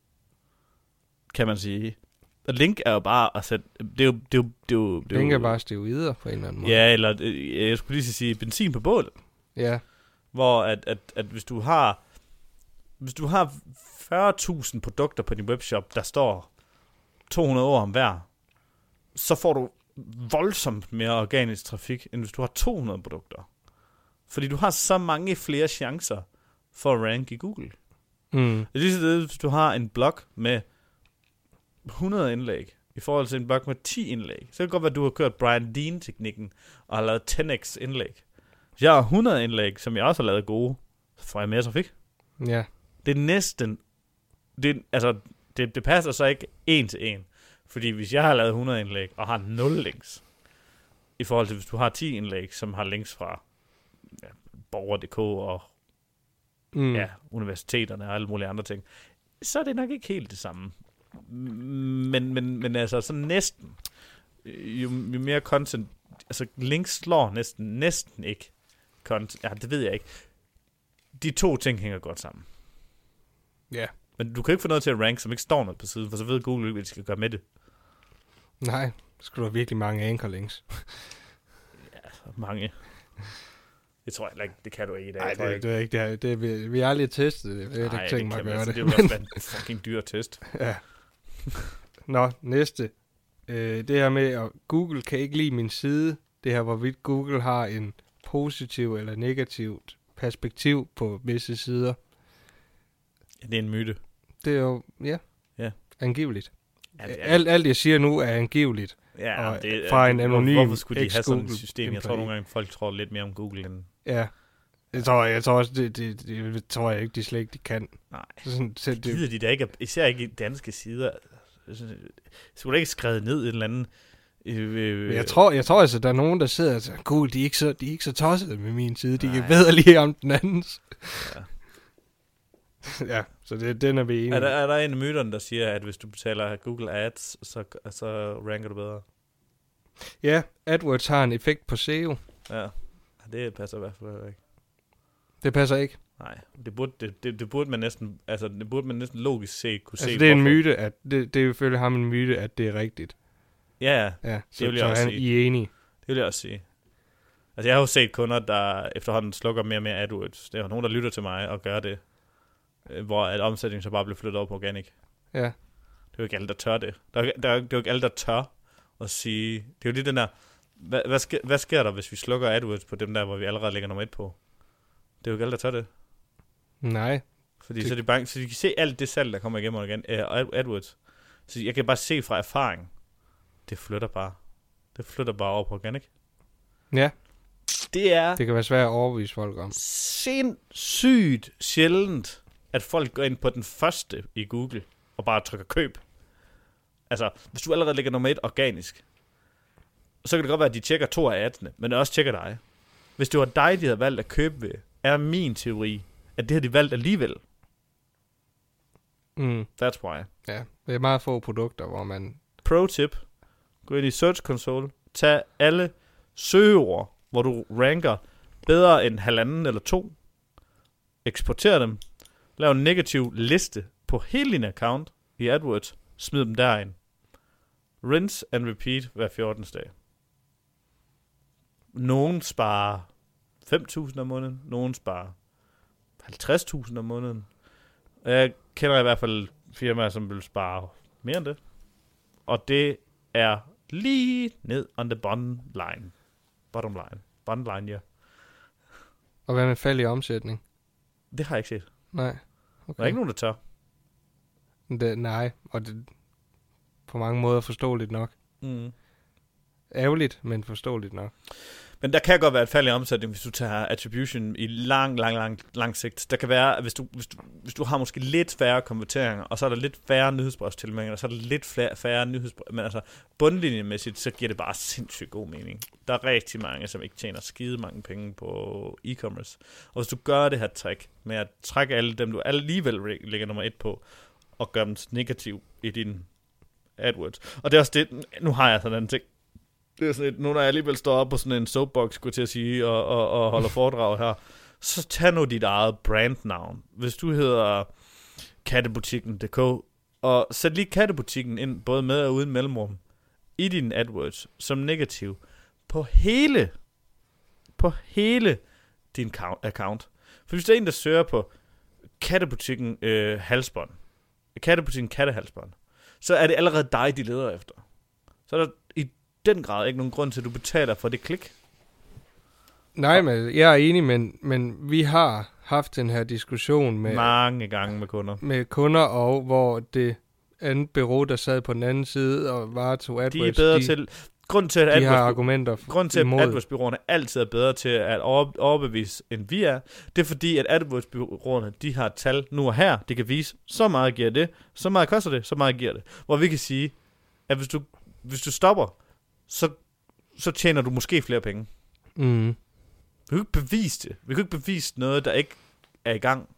kan man sige. Og link er jo bare at sætte, det er jo, det er jo, det er jo, det er
link
jo,
er bare steroider på en eller anden måde.
Ja, eller jeg skulle lige sige benzin på bålet.
Ja.
Hvor at, at, at hvis du har Hvis du har fyrre tusind produkter på din webshop, der står to hundrede ord om hver, så får du voldsomt mere organisk trafik, end hvis du har to hundrede produkter. Fordi du har så mange flere chancer for at ranke i Google.
Mm.
Det er lige det, hvis du har en blog med hundrede indlæg, i forhold til en blog med ti indlæg, så kan det godt være, at du har kørt Brian Dean-teknikken, og har lavet ti x indlæg. Hvis jeg har hundrede indlæg, som jeg også har lavet gode, så får jeg mere trafik.
Ja.
Det er næsten, det, altså, det, det passer så ikke en til en. Fordi hvis jeg har lavet hundrede indlæg, og har nul links, i forhold til hvis du har ti indlæg, som har links fra ja, borger punktum d k og mm. ja, universiteterne og alle mulige andre ting, så er det nok ikke helt det samme. Men, men, men altså, så næsten, jo, jo mere content, altså links slår næsten, næsten ikke content, ja, det ved jeg ikke. De to ting hænger godt sammen.
Ja. Yeah.
Men du kan ikke få noget til at rank, som ikke står noget på siden, for så ved Google ikke, hvad de skal gøre med det.
Nej, så skulle der virkelig mange anchor links.
Ja, mange. Det tror jeg ikke, det kan du ikke i dag.
Nej, det, det er ikke det. det er, vi, vi har aldrig testet det. Jeg har ikke tænkt mig at gøre det.
Det er jo også en fucking dyr test.
Ja. Nå, næste. Øh, det her med, at Google kan ikke lide min side. Det her, hvorvidt Google har en positiv eller negativt perspektiv på visse sider.
Ja, det er en myte.
Det er jo, ja,
ja.
angiveligt.
Ja, det er
alt, alt, jeg siger nu, er angiveligt.
Ja, og det,
fra en anonym
hvorfor skulle de have sådan et system?
employee.
Jeg tror nogle gange, folk tror lidt mere om Google end...
Ja, jeg tror, jeg tror også, det, det, det, det tror jeg ikke, de slet ikke, de kan.
Nej,
sådan, så det
gider de da ikke, især ikke i danske sider. Skulle da ikke skrevet ned et eller andet...
Men jeg tror, jeg tror altså, der er nogen, der sidder og siger, Google, de er ikke så, de er ikke så tossede med min side, de kan bedre lige om den andens.
Ja.
Ja, så det, den er vi enige.
Er der, er der en af myterne, der siger, at hvis du betaler Google Ads, så, så ranker du bedre?
Ja, AdWords har en effekt på S E O.
Ja, det passer i hvert fald ikke.
Det passer ikke?
Nej, det burde, det, det, det burde man næsten, altså det burde man næsten logisk set kunne
altså,
se.
Altså det er
hvorfor.
en myte, at det, det er ifølge ham en myte, at det er rigtigt.
Ja, ja.
Ja, så,
det vil jeg
så
også
han,
sige.
I er enige.
Det vil jeg også sige. Altså jeg har jo set kunder, der efterhånden slukker mere og mere AdWords. Det er jo nogen, der lytter til mig og gør det. Hvor at omsætningen så bare bliver flyttet over på organic.
Ja.
Det er jo ikke alle, der tør det. Der er, der er, det er jo ikke alle, der tør at sige... Det er jo lige den der... Hvad, hvad, sker, hvad sker der, hvis vi slukker AdWords på dem der, hvor vi allerede ligger nummer et på? Det er jo ikke alle, der tør det.
Nej.
Fordi
det...
så, er de bange, så de kan se alt det salg, der kommer igennem igen, uh, AdWords. Så jeg kan bare se fra erfaring, det flytter bare. Det flytter bare over på organic.
Ja.
Det er...
Det kan være svært at overbevise folk om.
Sindssygt sjældent, at folk går ind på den første i Google og bare trykker køb. Altså, hvis du allerede ligger nummer et organisk, så kan det godt være, at de tjekker to af adsene, men også tjekker dig. Hvis det var dig, de havde valgt at købe ved, er min teori, at det har de valgt alligevel.
Mm.
That's why.
Ja, det er meget få produkter, hvor man...
Pro tip. Gå ind i Search Console. Tag alle søgeord, hvor du ranker bedre end halvanden eller to. Eksporter dem. Lav en negativ liste på hele din account i AdWords. Smid dem derind. Rinse and repeat hver fjortende dag. Nogen sparer fem tusind om måneden. Nogen sparer halvtreds tusind om måneden. Jeg kender i hvert fald firmaer, som vil spare mere end det. Og det er lige ned on the bottom line. Bottom line. Bottom line, ja.
Og hvad med fald i omsætning?
Det har jeg ikke set.
Nej.
Okay. Der er ikke nogen, der tør.
Det, nej, og det på mange måder forståeligt nok.
Mm.
Ærgerligt, men forståeligt nok.
Men der kan godt være et fald i omsætning, hvis du tager attribution i lang, lang, lang, lang sigt. Der kan være, hvis du, hvis du, hvis du har måske lidt færre konverteringer, og så er der lidt færre nyhedsbrevstilmeldinger, og så er der lidt færre, færre nyhedsbrev. Men altså, bundlinjemæssigt, så giver det bare sindssygt god mening. Der er rigtig mange, som ikke tjener skide mange penge på e-commerce. Og hvis du gør det her trick med at trække alle dem, du alligevel ligger nummer et på, og gør dem negativ i din AdWords. Og det er også det, nu har jeg sådan en ting. Det er sådan et, nu når jeg alligevel står op på sådan en soapbox, skulle til at sige, og, og, og holder foredrag her, så tag nu dit eget brandnavn. Hvis du hedder kattebutikken punktum d k, og sæt lige kattebutikken ind, både med og uden mellemrum, i din AdWords, som negativ, på hele, på hele din account. For hvis der er en, der søger på kattebutikken øh, halsbånd, kattebutikken kattehalsbånd, så er det allerede dig, de leder efter. Så er der i den grad ikke nogen grund til, at du betaler for det klik.
Nej, men jeg er enig, men, men vi har haft den her diskussion med...
Mange gange med kunder.
Med kunder, og hvor det andet bureau, der sad på den anden side og varetog AdWords...
De er bedre de, til... Grund til, at
de
AdWords,
har argumenter
grund til, at AdWords-bureauerne altid er bedre til at overbevise, end vi er, det er fordi, at AdWords-bureauerne, de har tal nu og her, de kan vise, så meget giver det, så meget koster det, så meget giver det. Hvor vi kan sige, at hvis du, hvis du stopper, så, så tjener du måske flere penge.
Mm.
Vi kan ikke bevise det. Vi kan ikke bevise noget, der ikke er i gang.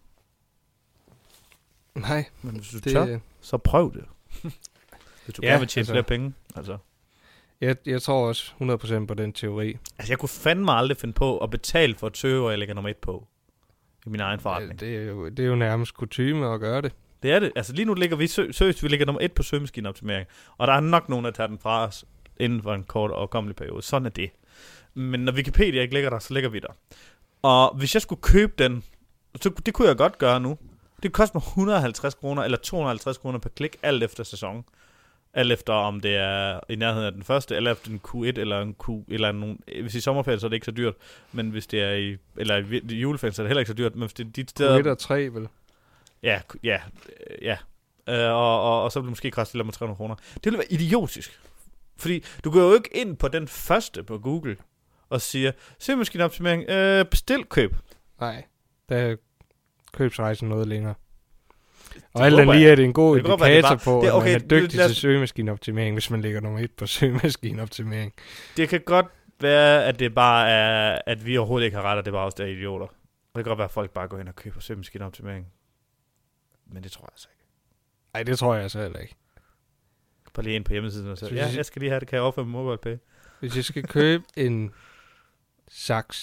Nej.
Men hvis du
det...
tør, så prøv det. Hvis du
ja,
gerne vil tjene
altså,
flere penge. Altså.
Jeg, jeg tror også hundrede procent på den teori.
Altså, jeg kunne fandme aldrig finde på at betale for et søge, jeg lægger nummer et på. I min egen forretning.
Ja, det, er jo, det er jo nærmest kutyme at gøre det.
Det er det. Altså, lige nu ligger vi sø- seriøst, vi ligger nummer et på søgemaskineoptimering. Og der er nok nogen, der tager den fra os inden for en kort og kommelig periode. Sådan er det. Men når Wikipedia ikke ligger der, så ligger vi der. Og hvis jeg skulle købe den, så det kunne jeg godt gøre nu. Det koster mig et hundrede og halvtreds kroner eller to hundrede og halvtreds kroner per klik, alt efter sæson. Alt efter om det er i nærheden af den første, eller efter en Q et eller en Q, eller nogen, hvis i sommerferien, så er det ikke så dyrt, men hvis det er i, eller i juleferien, så er det heller ikke så dyrt, men hvis det er de steder...
Q et og tre, vel?
Ja, ja, ja. Øh, og, og, og så bliver det måske koste lidt med tre hundrede kroner. Det ville være idiotisk. Fordi du går jo ikke ind på den første på Google og siger, søgemaskineoptimering, øh, bestil køb.
Nej, der er købsrejsen noget længere. Og alt den lige er det en god det indikator bare, på, at okay, man er dygtig til søgemaskineoptimering, hvis man ligger nummer et på søgemaskineoptimering.
Det kan godt være, at det bare er, at vi overhovedet ikke har ret, og det er bare også der idioter. Det kan godt være, at folk bare går ind og køber søgemaskineoptimering. Men det tror jeg altså ikke.
Nej, det tror jeg altså heller ikke.
Bare lige ind på hjemmesiden og sige, ja, jeg skal lige have det, kan jeg overføre med MobilePay.
Hvis jeg skal købe en saks,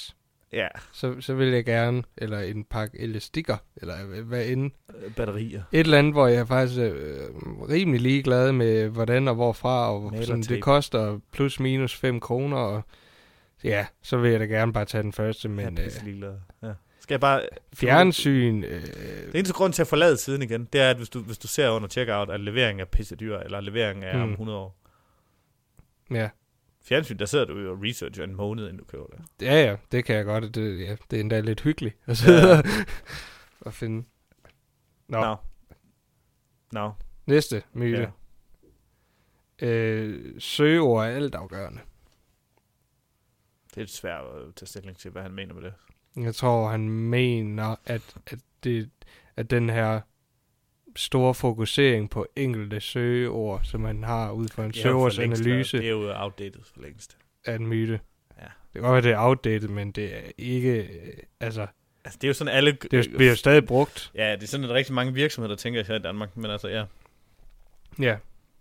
Ja.
så, så vil jeg gerne, eller en pakke elastikker, eller hvad end.
Batterier.
Et eller andet, hvor jeg er faktisk øh, rimelig ligeglad med, hvordan og hvorfra, og sådan, det koster plus minus fem kroner, og ja, så vil jeg da gerne bare tage den første, men...
Jeg er ligeglad. Ja. Skal jeg bare...
Fjernsyn... Øh,
det eneste grund til at forlade siden igen, det er, at hvis du, hvis du ser under checkout, at levering er pissedyr, eller levering er hmm. om hundrede år.
Ja.
Fjernsyn, der sidder du jo og researcher en måned, inden du køber det.
Ja, ja, det kan jeg godt. Det, ja, det er endda lidt hyggeligt at sidde ja. og finde. Nå.
No. No.
Næste myte. Ja. Øh, søgeord er altafgørende.
Det er svært at tage stilling til, hvad han mener med det.
Jeg tror, han mener, at, at, det, at den her store fokusering på enkelte søgeord, som man har ud fra en søgeordsanalyse,
det er jo outdated for længst.
Er en myte.
Ja.
Det kan godt være, det er outdated, men det er ikke... Altså,
altså det er jo sådan alle...
Det bliver jo stadig brugt.
Ja, det er sådan, at rigtig mange virksomheder, der tænker her i Danmark, men altså, ja.
Ja.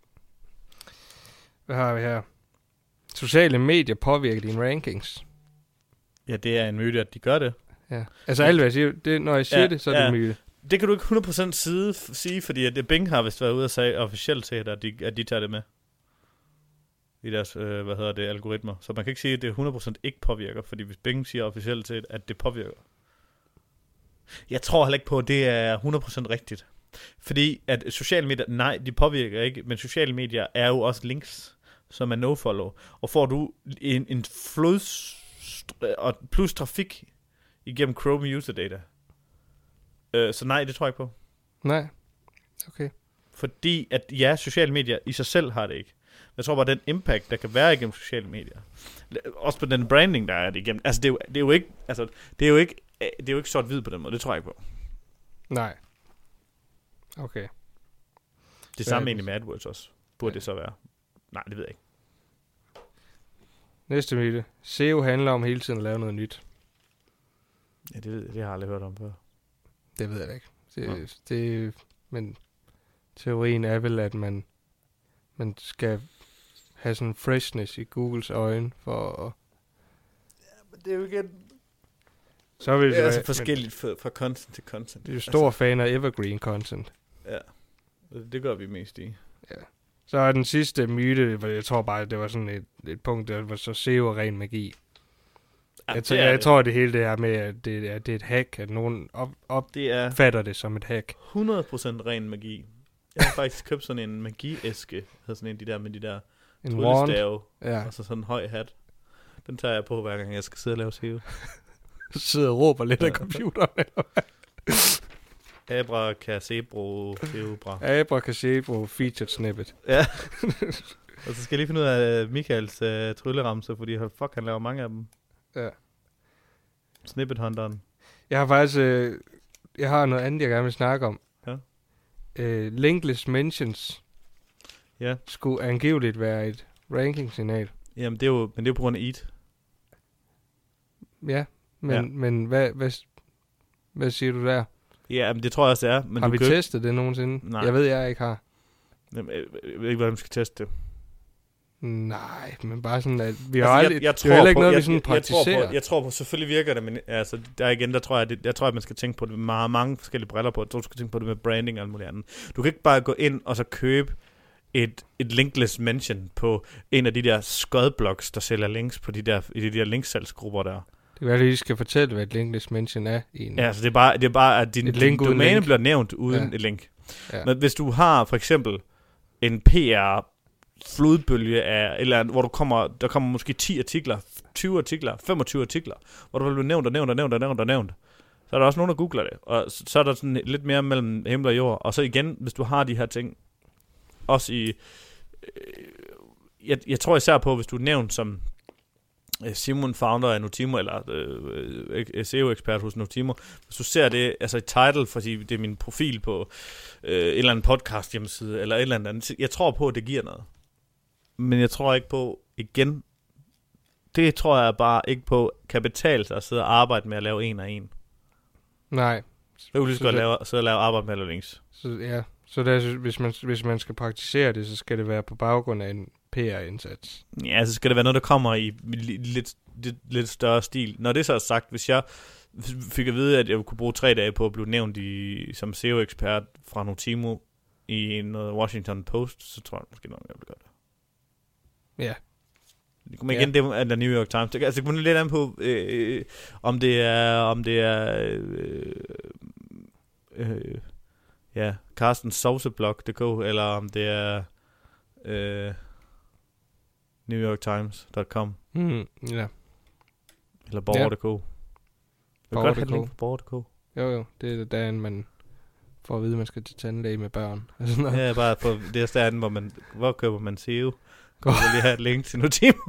Hvad har vi her? Sociale medier påvirker dine rankings.
Ja, det er en myte, at de gør det.
Ja. Altså alt, hvad jeg siger, det, når jeg siger ja, det, så er ja. det en myte.
Det kan du ikke hundrede procent side, sige, fordi at det Bing har vist været ude og sige officielt til, at de, at de tager det med. I deres, øh, hvad hedder det, algoritmer. Så man kan ikke sige, at det hundrede procent ikke påvirker, fordi hvis Bing siger officielt til, at det påvirker. Jeg tror heller ikke på, at det er hundrede procent rigtigt. Fordi at sociale medier, nej, de påvirker ikke, men sociale medier er jo også links, som er nofollow. Og får du en, en flod og plus trafik igennem Chrome user data. Øh, så nej, det tror jeg ikke på.
Nej. Okay.
Fordi at ja, sociale medier i sig selv har det ikke. Jeg tror bare, den impact, der kan være igennem sociale medier. Også på den branding, der er det igennem. Altså, det er jo, det er jo ikke, altså, det er jo ikke, det er jo ikke sort-hvid på den måde. Det tror jeg ikke på.
Nej. Okay.
Det samme egentlig med AdWords også. Burde ja. det så være? Nej, det ved jeg ikke.
Næste myte. S E O handler om hele tiden at lave noget nyt.
Ja, det ved jeg. Det har jeg aldrig hørt om før.
Det ved jeg da ikke. Det, ja. det, men teorien er vel, at man, man skal have sådan en freshness i Googles øjne for at...
Ja, men det er jo igen...
Så vil det
er altså forskelligt fra, fra content til content.
Det er jo stor altså, fan af evergreen content.
Ja, det gør vi mest i.
Ja. Så er den sidste myte, jeg tror bare, det var sådan et, et punkt, der var så S E O ren magi. Ja, jeg, t- jeg det. tror, det hele det her med, at det, at det er et hack, at nogen op, op det er fatter det som et hack.
hundrede procent ren magi. Jeg har faktisk købt sådan en magiæske, sådan en de der med de der tryllestave, ja. Og så sådan en høj hat. Den tager jeg på, hver gang jeg skal sidde og lave S E O.
Sidder og råber lidt ja. af computeren, eller hvad?
Abracadabra, Feubra.
Abracadabra featured snippet.
Ja. Og så skal jeg lige finde ud af Michaels uh, trylleramser, fordi fuck, han laver mange af dem.
Ja.
Snippet hunteren.
Jeg har faktisk, øh, jeg har noget andet, jeg gerne vil snakke om.
Ja.
Øh, linkless mentions.
Ja.
Skulle angiveligt være et ranking-signal.
Jamen, det er jo, men det er jo på grund af E A T.
Ja, men, ja. men hvad, hvad, hvad siger du der?
Ja, men det tror jeg også, det er. Men
har
du
vi
køb...
testet det nogensinde?
Nej.
Jeg ved, jeg ikke har.
Jamen, jeg ved ikke, hvordan vi skal teste det.
Nej, men bare sådan, at vi har
altså,
aldrig...
Jeg, jeg
det er heller ikke
på,
noget,
jeg,
vi sådan
jeg,
praktiserer.
Jeg tror, på, jeg tror på, selvfølgelig virker det, men altså, der igen, der tror jeg, det, jeg tror, at man skal tænke på det. Man har mange forskellige briller på. Jeg tror, du skal tænke på det med branding og alt muligt andet. Du kan ikke bare gå ind og så købe et, et linkless mention på en af de der skodblogs, der sælger links på de der, i de der linksalgsgrupper der.
Det kan være, at I skal fortælle, hvad et linkless mention er. I en,
ja, altså det er bare, det er bare at din, din domæne link. bliver nævnt uden ja. et link. Ja. Men hvis du har for eksempel en P R flodbølge af, eller hvor du kommer, der kommer måske ti artikler, tyve artikler, femogtyve artikler, hvor du vil blive nævnt og nævnt og nævnt og nævnt og nævnt, så er der også nogen, der googler det. Og så, så er der sådan lidt mere mellem himmel og jord. Og så igen, hvis du har de her ting, også i, øh, jeg, jeg tror især på, hvis du er nævnt som Simon, founder af Notimo, eller øh, S E O-ekspert hos Notimo, hvis du ser det, altså i title, fordi det er min profil på øh, et eller andet podcast hjemmeside, eller et eller andet, jeg tror på, at det giver noget. Men jeg tror ikke på, igen, det tror jeg bare ikke på, kan betale sig at sidde og arbejde med at lave en af en.
Nej.
Jeg vil lige så godt lave, sidde og lave arbejde med at lave links.
Så, ja, så der, hvis, man, hvis man skal praktisere det, så skal det være på baggrund af en P R-indsats.
Ja, så skal det være noget, der kommer i lidt, lidt, lidt større stil. Når det så er sagt, hvis jeg fik at vide, at jeg kunne bruge tre dage på at blive nævnt i, som S E O-ekspert fra Notimo i noget Washington Post, så tror jeg måske nok, jeg vil gøre det.
Ja.
Men igen,
ja.
det er New York Times. Altså, det kommer lidt an på, øh, om det er, om det er, øh, øh, ja, Carsten Sauceblog punktum d k, eller om det er øh, New York Times punktum com.
Mm, ja.
Eller Borger punktum d k. Jeg vil godt have
Borger
link på Borger punktum d k.
Jo, jo. Det er dagen, man får at vide, at man skal til tandlæge med børn. Altså,
ja, bare for det er staden, hvor man, hvor køber man S E O. Jeg vil lige have et link til Notimo.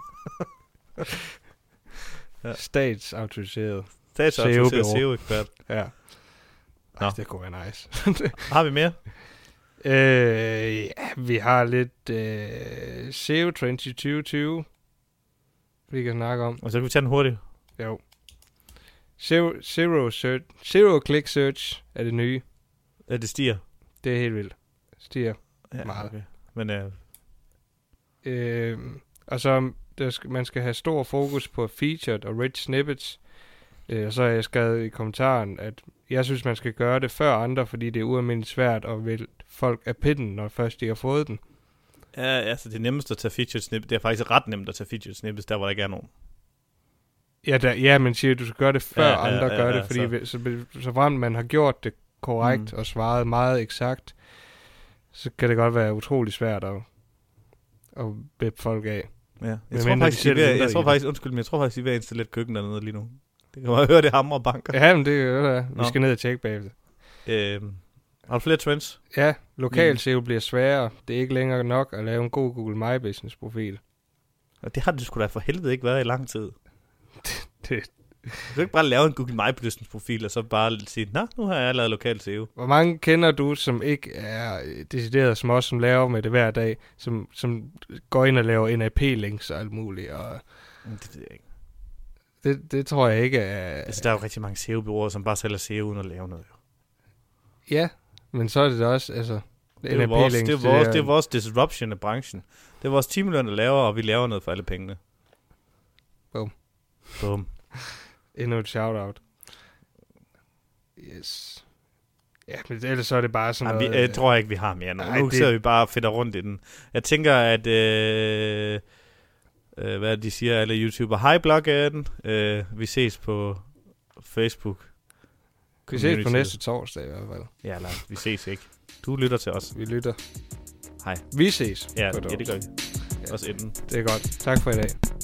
ja. Statsautoriseret.
Statsautoriseret S E O-ekspert.
Ja. Ej, det kunne være nice.
Har vi mere?
Øh, ja, vi har lidt øh, S E O Trends i tyve tyve, vi kan snakke om.
Og så kan vi tage den hurtigt.
Jo. Zero, zero, search, zero click search er det nye.
Ja, det stiger.
Det er helt vildt. Stiger
ja,
meget.
Okay. Men øh,
øh, og så der skal, man skal have stor fokus på featured og rich snippets. Øh, og så har jeg skrevet i kommentaren, at jeg synes, man skal gøre det før andre, fordi det er ualmindeligt svært at vælge folk af pinden, når først de har fået den.
Ja, altså det nemmeste at tage featured snippets, det er faktisk ret nemt at tage featured snippets, der hvor der ikke er nogen.
Ja, der, ja, men siger, at du skal gøre det før
ja,
andre
ja,
gør
ja,
det, fordi
så,
så, så frem man har gjort det korrekt mm. og svaret meget eksakt, så kan det godt være utrolig svært at, at bippe folk af.
Ja, jeg, jeg tror faktisk, de ved, jeg, jeg tror faktisk, undskyld, men jeg tror faktisk, de er ved at installere et køkken dernede lige nu. Det kan man høre, det hamrer og banker.
Ja, men det er det. Vi skal ned og tjekke bagefter.
Øhm, har du flere trends?
Ja, lokal S E O bliver sværere. Det er ikke længere nok at lave en god Google My Business profil.
Og det har det sgu da for helvede ikke været i lang tid.
det.
Du kan ikke bare lave en Google My Business profil, og så bare sige, nå, nu har jeg lavet lokal S E O.
Hvor mange kender du, som ikke er decideret som os, som laver med det hver dag, som, som går ind og laver N A P-links og alt muligt? Og
det ved jeg ikke.
Det, det tror jeg ikke er...
Altså, der er jo rigtig mange S E O-bureauer, som bare sælger S E O uden at lave noget.
Ja, men så er det også, altså...
Det er, vores, det, er vores, det er vores disruption af branchen. Det er vores timeløn, der laver, og vi laver noget for alle pengene.
Boom.
Boom.
Endnu et shout-out. Yes. Ja, men ellers så er det bare sådan
nej,
noget...
Vi, jeg tror ikke, vi har mere nu.
Nej,
nu
det...
sidder vi bare og fedter rundt i den. Jeg tænker, at... Øh, øh, hvad de siger, alle YouTuber. Hej, bloggen. Øh, vi ses på Facebook.
Vi ses på næste torsdag i hvert fald.
Ja, nej, vi ses ikke. Du lytter til os.
Vi lytter.
Hej.
Vi ses.
Ja, ja det gør vi.
Ja.
Også inden.
Det er godt. Tak for i dag.